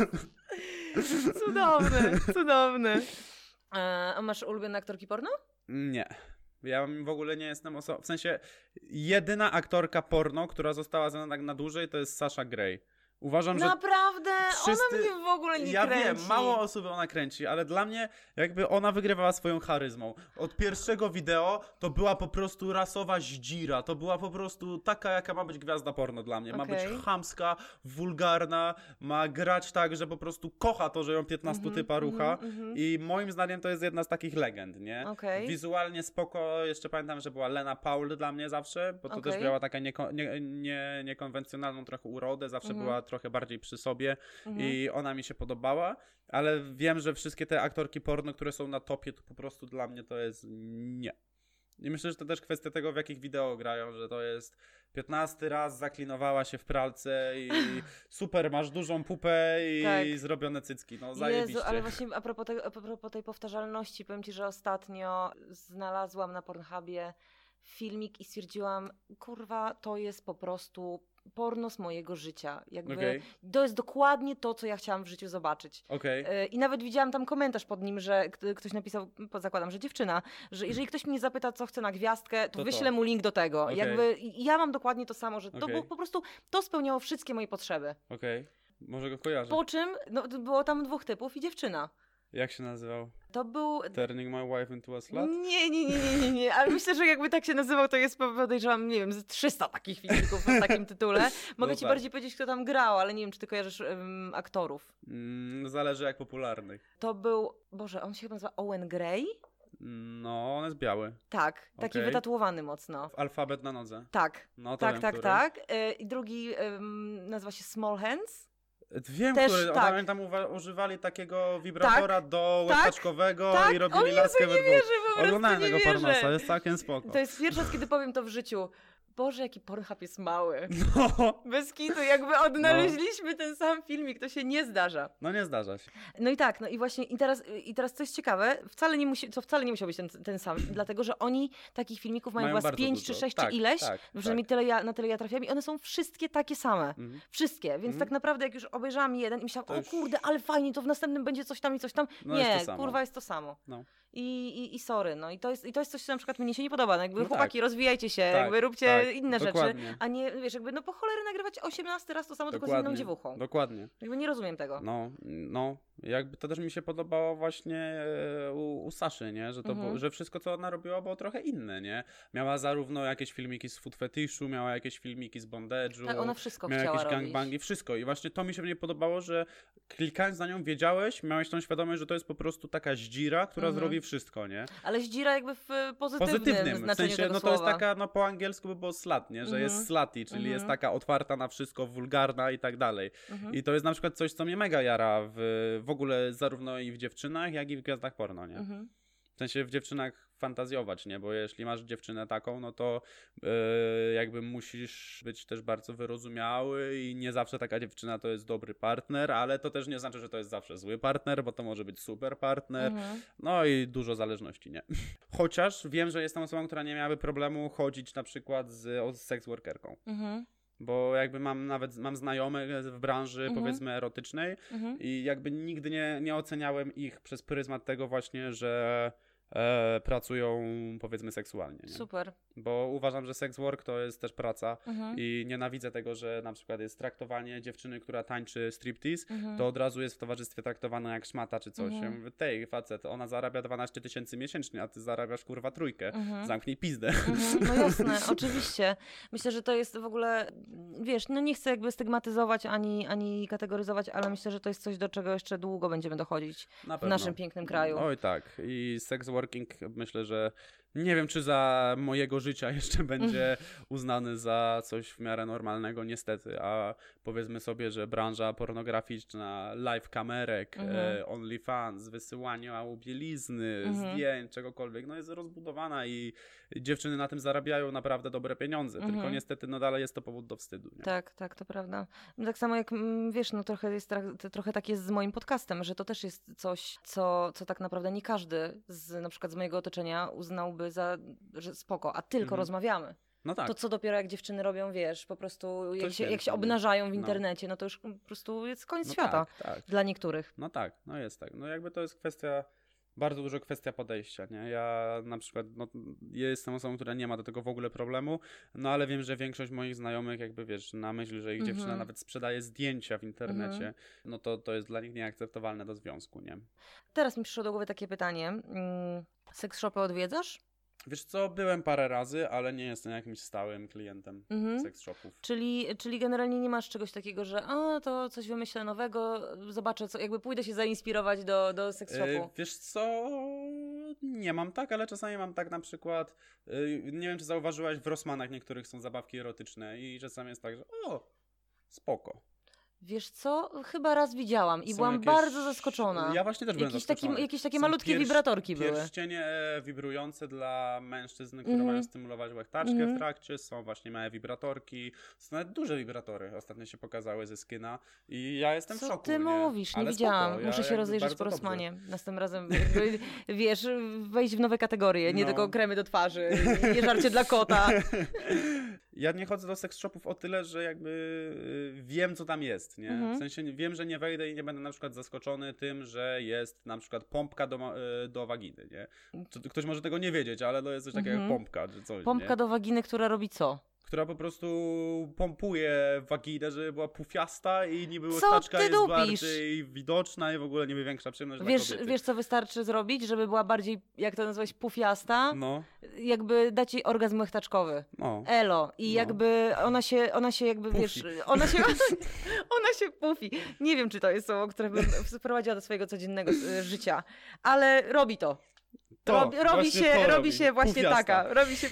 Cudowny. A masz ulubione aktorki porno? Nie. Ja w ogóle nie jestem osobą... W sensie, jedyna aktorka porno, która została ze mną tak na dłużej, to jest Sasha Grey. Uważam, że naprawdę? wszyscy... Ona mnie w ogóle nie ja kręci. Ja wiem, mało osób ona kręci, ale dla mnie jakby ona wygrywała swoją charyzmą. Od pierwszego wideo to była po prostu rasowa zdzira. To była po prostu taka, jaka ma być gwiazda porno dla mnie. Ma być chamska, wulgarna, ma grać tak, że po prostu kocha to, że ją 15 typa rucha. I moim zdaniem to jest jedna z takich legend, nie? Wizualnie spoko. Jeszcze pamiętam, że była Lena Paul dla mnie zawsze, bo to też miała taką niekonwencjonalną trochę urodę. Zawsze była trochę bardziej przy sobie i ona mi się podobała, ale wiem, że wszystkie te aktorki porno, które są na topie, to po prostu dla mnie to jest nie. I myślę, że to też kwestia tego, w jakich wideo grają, że to jest 15 raz zaklinowała się w pralce i super, masz dużą pupę i zrobione cycki, no zajebiście. Jezu, ale właśnie a propos tej powtarzalności, powiem ci, że ostatnio znalazłam na Pornhubie filmik i stwierdziłam, kurwa, to jest po prostu porno z mojego życia. Jakby to jest dokładnie to, co ja chciałam w życiu zobaczyć. I nawet widziałam tam komentarz pod nim, że ktoś napisał, zakładam, że dziewczyna, że jeżeli ktoś mnie zapyta, co chce na gwiazdkę, to wyślę mu link do tego. Jakby ja mam dokładnie to samo, że to było po prostu, to spełniało wszystkie moje potrzeby. Może go kojarzę. Po czym, no było tam 2 typów i dziewczyna. Jak się nazywał? To był... Turning my wife into a slut? Nie. Ale myślę, że jakby tak się nazywał, to jest, podejrzewam, nie wiem, z 300 takich filmików w takim tytule. Mogę ci bardziej powiedzieć, kto tam grał, ale nie wiem, czy ty kojarzysz aktorów. Zależy jak popularnych. To był... Boże, on się chyba nazywa Owen Gray? No, on jest biały. Tak, taki wytatuowany mocno. Alfabet na nodze. Tak. No, tak. I drugi nazywa się Small Hands. Wiem, który, tam używali takiego wibratora do łechtaczkowego i robili laskę we dwóch. Oglądałem tego Pornosa, jest całkiem spoko. To jest pierwszy raz, kiedy powiem to w życiu. Boże, jaki Pornhub jest mały. No. Bez kitu, jakby odnaleźliśmy ten sam filmik, to się nie zdarza. No nie zdarza się. No i tak, no i właśnie i teraz co jest ciekawe, wcale nie musiał być ten sam, dlatego że oni takich filmików mają chyba z 5 czy 6 czy ileś, przynajmniej na tyle ja trafiłam i one są wszystkie takie same. Wszystkie, więc tak naprawdę jak już obejrzałam jeden i myślałam, o kurde, ale fajnie, to w następnym będzie coś tam i coś tam. No nie, kurwa, jest to samo. No. I sorry, no i to jest coś, co na przykład mnie się nie podoba. No jakby chłopaki, rozwijajcie się, jakby róbcie inne rzeczy, a nie, wiesz, jakby no po cholery nagrywać 18 raz to samo, tylko z inną dziewuchą. Dokładnie. Jakby nie rozumiem tego. No, jakby to też mi się podobało właśnie u Saszy, nie? Że że wszystko, co ona robiła, było trochę inne, nie? Miała zarówno jakieś filmiki z food fetiszu, miała jakieś filmiki z bondage'u. Tak, ona wszystko miała chciała jakieś gangbangi, wszystko. I właśnie to mi się nie podobało, że klikając na nią miałeś tą świadomość, że to jest po prostu taka zdzira, która zrobi wszystko, nie? Ale zdzira jakby w pozytywnym znaczeniu w sensie, tego no słowa. to jest taka, po angielsku by było slut, nie? Że jest slutty, czyli jest taka otwarta na wszystko, wulgarna i tak dalej. I to jest na przykład coś, co mnie mega jara w ogóle zarówno i w dziewczynach, jak i w gwiazdach porno, nie? W sensie w dziewczynach fantazjować, nie? Bo jeśli masz dziewczynę taką, no to jakby musisz być też bardzo wyrozumiały i nie zawsze taka dziewczyna to jest dobry partner, ale to też nie znaczy, że to jest zawsze zły partner, bo to może być super partner. No i dużo zależności, nie? Chociaż wiem, że jestem osobą, która nie miałaby problemu chodzić na przykład z sex workerką. Bo jakby mam znajomych w branży powiedzmy erotycznej i jakby nigdy nie oceniałem ich przez pryzmat tego właśnie, że pracują powiedzmy seksualnie. Nie? Super. Bo uważam, że sex work to jest też praca i nienawidzę tego, że na przykład jest traktowanie dziewczyny, która tańczy striptease, to od razu jest w towarzystwie traktowana jak szmata czy coś. Ja mówię, tej facet, ona zarabia 12 000 miesięcznie, a ty zarabiasz kurwa 3. Zamknij pizdę. No jasne, oczywiście. Myślę, że to jest w ogóle, wiesz, no nie chcę jakby stygmatyzować ani kategoryzować, ale myślę, że to jest coś, do czego jeszcze długo będziemy dochodzić w naszym pięknym kraju. Oj tak. I sex working myślę, że nie wiem, czy za mojego życia jeszcze będzie uznany za coś w miarę normalnego, niestety, a powiedzmy sobie, że branża pornograficzna, live kamerek, OnlyFans, wysyłania bielizny, zdjęć, czegokolwiek, no jest rozbudowana i dziewczyny na tym zarabiają naprawdę dobre pieniądze, tylko niestety no dalej jest to powód do wstydu. Nie? Tak, to prawda. Tak samo jak, wiesz, no trochę tak jest z moim podcastem, że to też jest coś, co tak naprawdę nie każdy na przykład z mojego otoczenia uznałby jakby że spoko, a tylko rozmawiamy. No tak. To co dopiero jak dziewczyny robią, wiesz, po prostu jak się obnażają w internecie, no to już po prostu jest koniec świata dla niektórych. No tak, no jest tak. No jakby to jest bardzo dużo kwestia podejścia, nie? Ja na przykład jestem osobą, która nie ma do tego w ogóle problemu, no ale wiem, że większość moich znajomych jakby, wiesz, na myśl, że ich dziewczyna nawet sprzedaje zdjęcia w internecie, no to jest dla nich nieakceptowalne do związku, nie? Teraz mi przyszło do głowy takie pytanie. Seks shopy odwiedzasz? Wiesz co, byłem parę razy, ale nie jestem jakimś stałym klientem seks shopów. Czyli generalnie nie masz czegoś takiego, że to coś wymyślę nowego, zobaczę, jakby pójdę się zainspirować do seks shopu. Wiesz co, nie mam tak, ale czasami mam tak na przykład, nie wiem czy zauważyłaś, w Rossmanach niektórych są zabawki erotyczne i czasami jest tak, że spoko. Wiesz co? Chyba raz widziałam i byłam bardzo zaskoczona. Ja właśnie też byłem zaskoczony. Jakieś takie malutkie wibratorki były. Pierścienie wibrujące dla mężczyzn, które mają stymulować łechtaczkę w trakcie. Są właśnie małe wibratorki. Są nawet duże wibratory. Ostatnio się pokazały ze Skyna i ja jestem w szoku. Co ty mówisz? Nie widziałam. Spoko. Muszę się rozejrzeć po Rossmanie. Następnym razem, wiesz, wejść w nowe kategorie. Nie tylko kremy do twarzy, nie żarcie dla kota. Ja nie chodzę do seks shopów o tyle, że jakby wiem, co tam jest, nie? W sensie wiem, że nie wejdę i nie będę na przykład zaskoczony tym, że jest na przykład pompka do waginy, nie? Ktoś może tego nie wiedzieć, ale to jest coś takiego jak pompka, czy coś, Pompka do waginy, która robi co? Która po prostu pompuje waginę, żeby była pufiasta i niby łechtaczka jest bardziej widoczna i w ogóle niby większa przyjemność dla kobiety. Wiesz, co wystarczy zrobić, żeby była bardziej, jak to nazwać, pufiasta? No. Jakby dać jej orgazm łechtaczkowy. No. Elo. I jakby ona się jakby, pufi. wiesz, ona się pufi. Nie wiem, czy to jest słowo, które bym wprowadziła do swojego codziennego życia, ale robi to. Robi się właśnie pufiasta. Taka. Robi się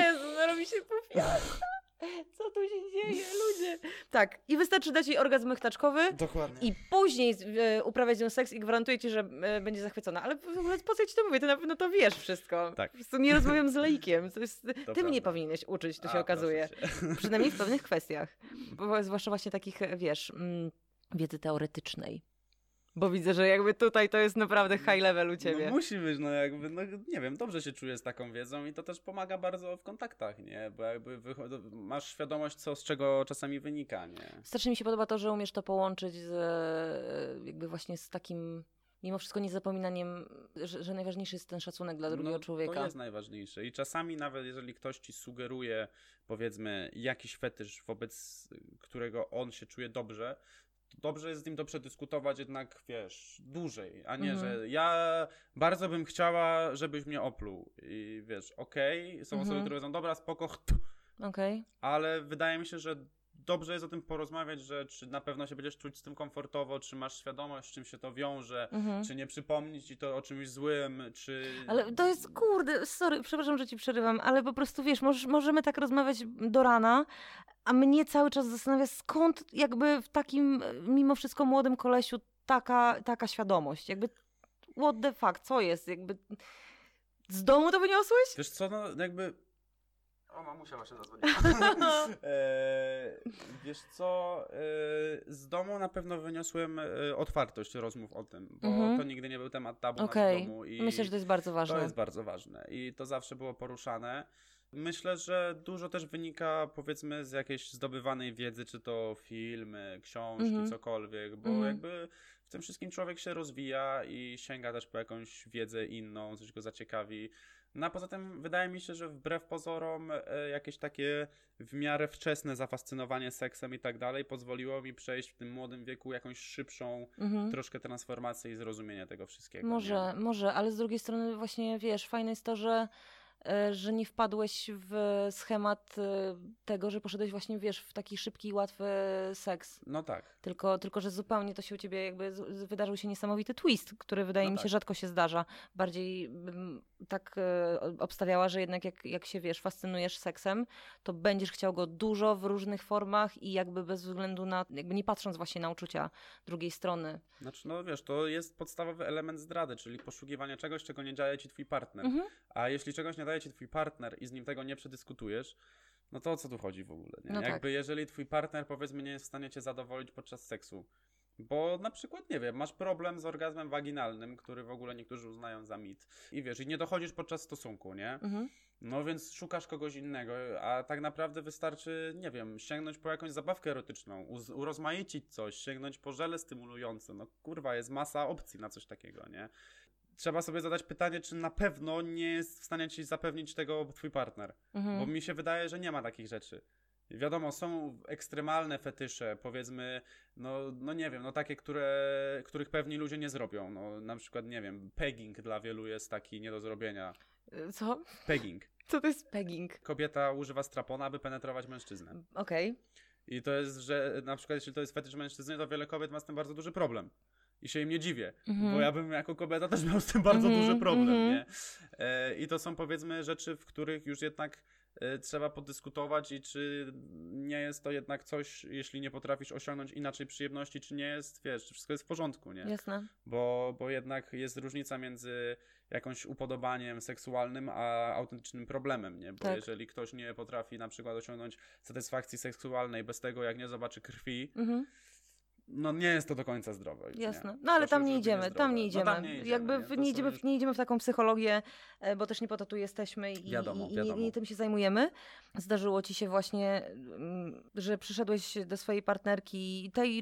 pufiasta. Co tu się dzieje, ludzie? Tak, i wystarczy dać jej orgazm łechtaczkowy. Dokładnie. I później uprawiać z nią seks i gwarantuję ci, że będzie zachwycona. Ale w ogóle po co ja ci to mówię? Ty na pewno to wiesz wszystko. Tak. Po prostu nie rozmawiam z laikiem. Ty prawda. mnie powinieneś uczyć, to się okazuje. Przynajmniej w pewnych kwestiach. Zwłaszcza właśnie takich, wiesz, wiedzy teoretycznej. Bo widzę, że jakby tutaj to jest naprawdę high level u ciebie. No musi być, nie wiem, dobrze się czuję z taką wiedzą i to też pomaga bardzo w kontaktach, nie? Bo jakby masz świadomość, co z czego czasami wynika, nie? Strasznie mi się podoba to, że umiesz to połączyć jakby właśnie z takim mimo wszystko niezapominaniem, że najważniejszy jest ten szacunek dla drugiego człowieka. To jest najważniejsze i czasami nawet jeżeli ktoś ci sugeruje, powiedzmy, jakiś fetysz, wobec którego on się czuje dobrze, dobrze jest z nim to przedyskutować jednak, wiesz, dłużej, a nie, że ja bardzo bym chciała, żebyś mnie opluł i wiesz, są osoby, które są dobra, spoko, ale wydaje mi się, że dobrze jest o tym porozmawiać, że czy na pewno się będziesz czuć z tym komfortowo, czy masz świadomość, z czym się to wiąże, czy nie przypomnieć ci to o czymś złym, czy... Ale to jest, kurde, sorry, przepraszam, że ci przerywam, ale po prostu, wiesz, możemy tak rozmawiać do rana, a mnie cały czas zastanawia, skąd jakby w takim mimo wszystko młodym kolesiu taka świadomość, jakby what the fuck, co jest, jakby z domu to wyniosłeś? Wiesz co, jakby... O, mamusia właśnie zadzwoniła. Wiesz co, z domu na pewno wyniosłem otwartość rozmów o tym, bo to nigdy nie był temat tabu w domu. I myślę, że to jest bardzo ważne. To jest bardzo ważne i to zawsze było poruszane. Myślę, że dużo też wynika, powiedzmy, z jakiejś zdobywanej wiedzy, czy to filmy, książki, cokolwiek, bo jakby w tym wszystkim człowiek się rozwija i sięga też po jakąś wiedzę inną, coś go zaciekawi. No a poza tym wydaje mi się, że wbrew pozorom jakieś takie w miarę wczesne zafascynowanie seksem i tak dalej pozwoliło mi przejść w tym młodym wieku jakąś szybszą troszkę transformację i zrozumienie tego wszystkiego. Może, ale z drugiej strony właśnie, wiesz, fajne jest to, że nie wpadłeś w schemat tego, że poszedłeś właśnie, wiesz, w taki szybki i łatwy seks. No tak. Tylko że zupełnie to się u ciebie jakby wydarzył się niesamowity twist, który wydaje mi się rzadko się zdarza. Bardziej bym tak obstawiała, że jednak jak się, wiesz, fascynujesz seksem, to będziesz chciał go dużo w różnych formach i jakby bez względu na, jakby nie patrząc właśnie na uczucia drugiej strony. Znaczy, no wiesz, to jest podstawowy element zdrady, czyli poszukiwanie czegoś, czego nie daje ci twój partner. A jeśli czegoś nie daje ci twój partner i z nim tego nie przedyskutujesz, no to o co tu chodzi w ogóle? Nie? Jakby jeżeli twój partner, powiedzmy, nie jest w stanie cię zadowolić podczas seksu, Bo na przykład, nie wiem, masz problem z orgazmem waginalnym, który w ogóle niektórzy uznają za mit. I wiesz, i nie dochodzisz podczas stosunku, nie? No więc szukasz kogoś innego, a tak naprawdę wystarczy, nie wiem, sięgnąć po jakąś zabawkę erotyczną, urozmaicić coś, sięgnąć po żele stymulujące. No kurwa, jest masa opcji na coś takiego, nie? Trzeba sobie zadać pytanie, czy na pewno nie jest w stanie ci zapewnić tego twój partner. Bo mi się wydaje, że nie ma takich rzeczy. Wiadomo, są ekstremalne fetysze, powiedzmy, no nie wiem, no takie, których pewni ludzie nie zrobią. No na przykład, nie wiem, pegging dla wielu jest taki nie do zrobienia. Co? Pegging. Co to jest pegging? Kobieta używa strapona, aby penetrować mężczyznę. Okej. I to jest, że na przykład jeśli to jest fetysz mężczyzny, to wiele kobiet ma z tym bardzo duży problem. I się im nie dziwię, bo ja bym jako kobieta też miał z tym bardzo duży problem, nie? I to są powiedzmy rzeczy, w których już jednak trzeba podyskutować i czy nie jest to jednak coś, jeśli nie potrafisz osiągnąć inaczej przyjemności, czy nie jest, wiesz, czy wszystko jest w porządku, nie? Jasne. Bo jednak jest różnica między jakąś upodobaniem seksualnym, a autentycznym problemem, nie? Bo jeżeli ktoś nie potrafi na przykład osiągnąć satysfakcji seksualnej bez tego, jak nie zobaczy krwi, no nie jest to do końca zdrowe. Jasne. Nie? No ale tam nie idziemy, tam nie idziemy. No, tam nie idziemy. Jakby nie idziemy w taką psychologię, bo też nie po to tu jesteśmy i nie tym się zajmujemy. Zdarzyło ci się właśnie, że przyszedłeś do swojej partnerki tej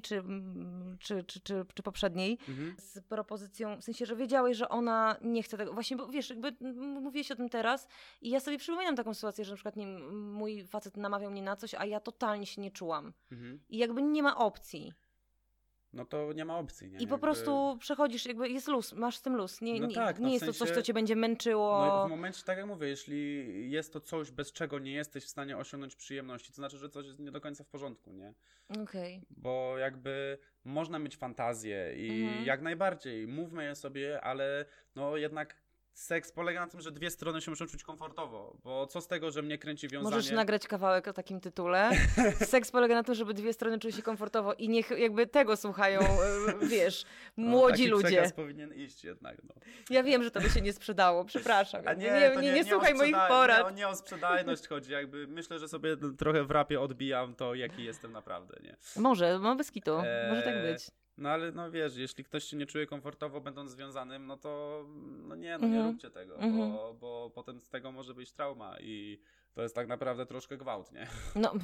czy poprzedniej z propozycją, w sensie, że wiedziałeś, że ona nie chce tego. Właśnie, bo wiesz, jakby mówiłeś o tym teraz i ja sobie przypominam taką sytuację, że na przykład mój facet namawiał mnie na coś, a ja totalnie się nie czułam. I jakby nie ma opcji. No to nie ma opcji, nie? I po prostu przechodzisz, jakby jest luz, masz z tym luz. Nie jest to coś, co cię będzie męczyło. No i w momencie, tak jak mówię, jeśli jest to coś, bez czego nie jesteś w stanie osiągnąć przyjemności, to znaczy, że coś jest nie do końca w porządku, nie? Okej. Bo jakby można mieć fantazję i jak najbardziej, mówmy je sobie, ale no jednak seks polega na tym, że dwie strony się muszą czuć komfortowo, bo co z tego, że mnie kręci wiązanie... Możesz nagrać kawałek o takim tytule. Seks polega na tym, żeby dwie strony czuły się komfortowo i niech jakby tego słuchają, wiesz, młodzi ludzie. Taki przekaz powinien iść jednak, no. Ja wiem, że to by się nie sprzedało, przepraszam. A nie słuchaj moich porad. Nie o sprzedajność chodzi, jakby myślę, że sobie trochę w rapie odbijam to, jaki jestem naprawdę, nie? Może bez kitu, może tak być. No ale no wiesz, jeśli ktoś się nie czuje komfortowo będąc związanym, no to nie róbcie tego, bo potem z tego może być trauma i to jest tak naprawdę troszkę gwałt, nie? No,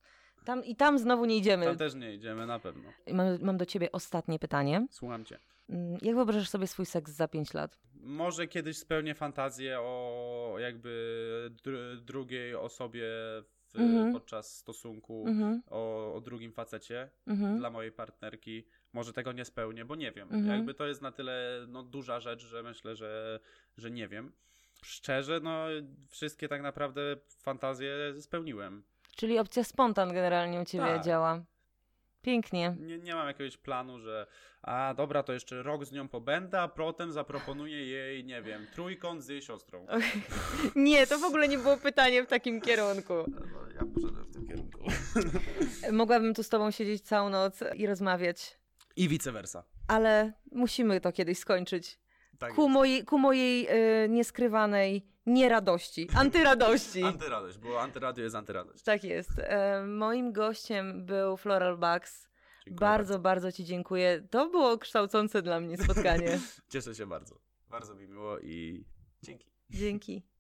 tam znowu nie idziemy. Tam też nie idziemy, na pewno. Mam do ciebie ostatnie pytanie. Słucham cię. Jak wyobrażasz sobie swój seks za 5 lat? Może kiedyś spełnię fantazję o jakby drugiej osobie podczas stosunku, o drugim facecie dla mojej partnerki. Może tego nie spełnię, bo nie wiem. Jakby to jest na tyle duża rzecz, że myślę, że nie wiem. Szczerze, wszystkie tak naprawdę fantazje spełniłem. Czyli opcja spontan generalnie u ciebie działa. Pięknie. Nie mam jakiegoś planu, że dobra, to jeszcze rok z nią pobędę, a potem zaproponuję jej, nie wiem, trójkąt z jej siostrą. Okay. Nie, to w ogóle nie było pytanie w takim kierunku. No, ja poszedłem w tym kierunku. Mogłabym tu z tobą siedzieć całą noc i rozmawiać. I vice versa. Ale musimy to kiedyś skończyć. Tak ku mojej nieskrywanej nieradości, antyradości. Antyradość, bo antyradio jest antyradość. Tak jest. Moim gościem był Floral Bugs. Bardzo, bardzo ci dziękuję. To było kształcące dla mnie spotkanie. Cieszę się bardzo. Bardzo mi miło i dzięki. Dzięki.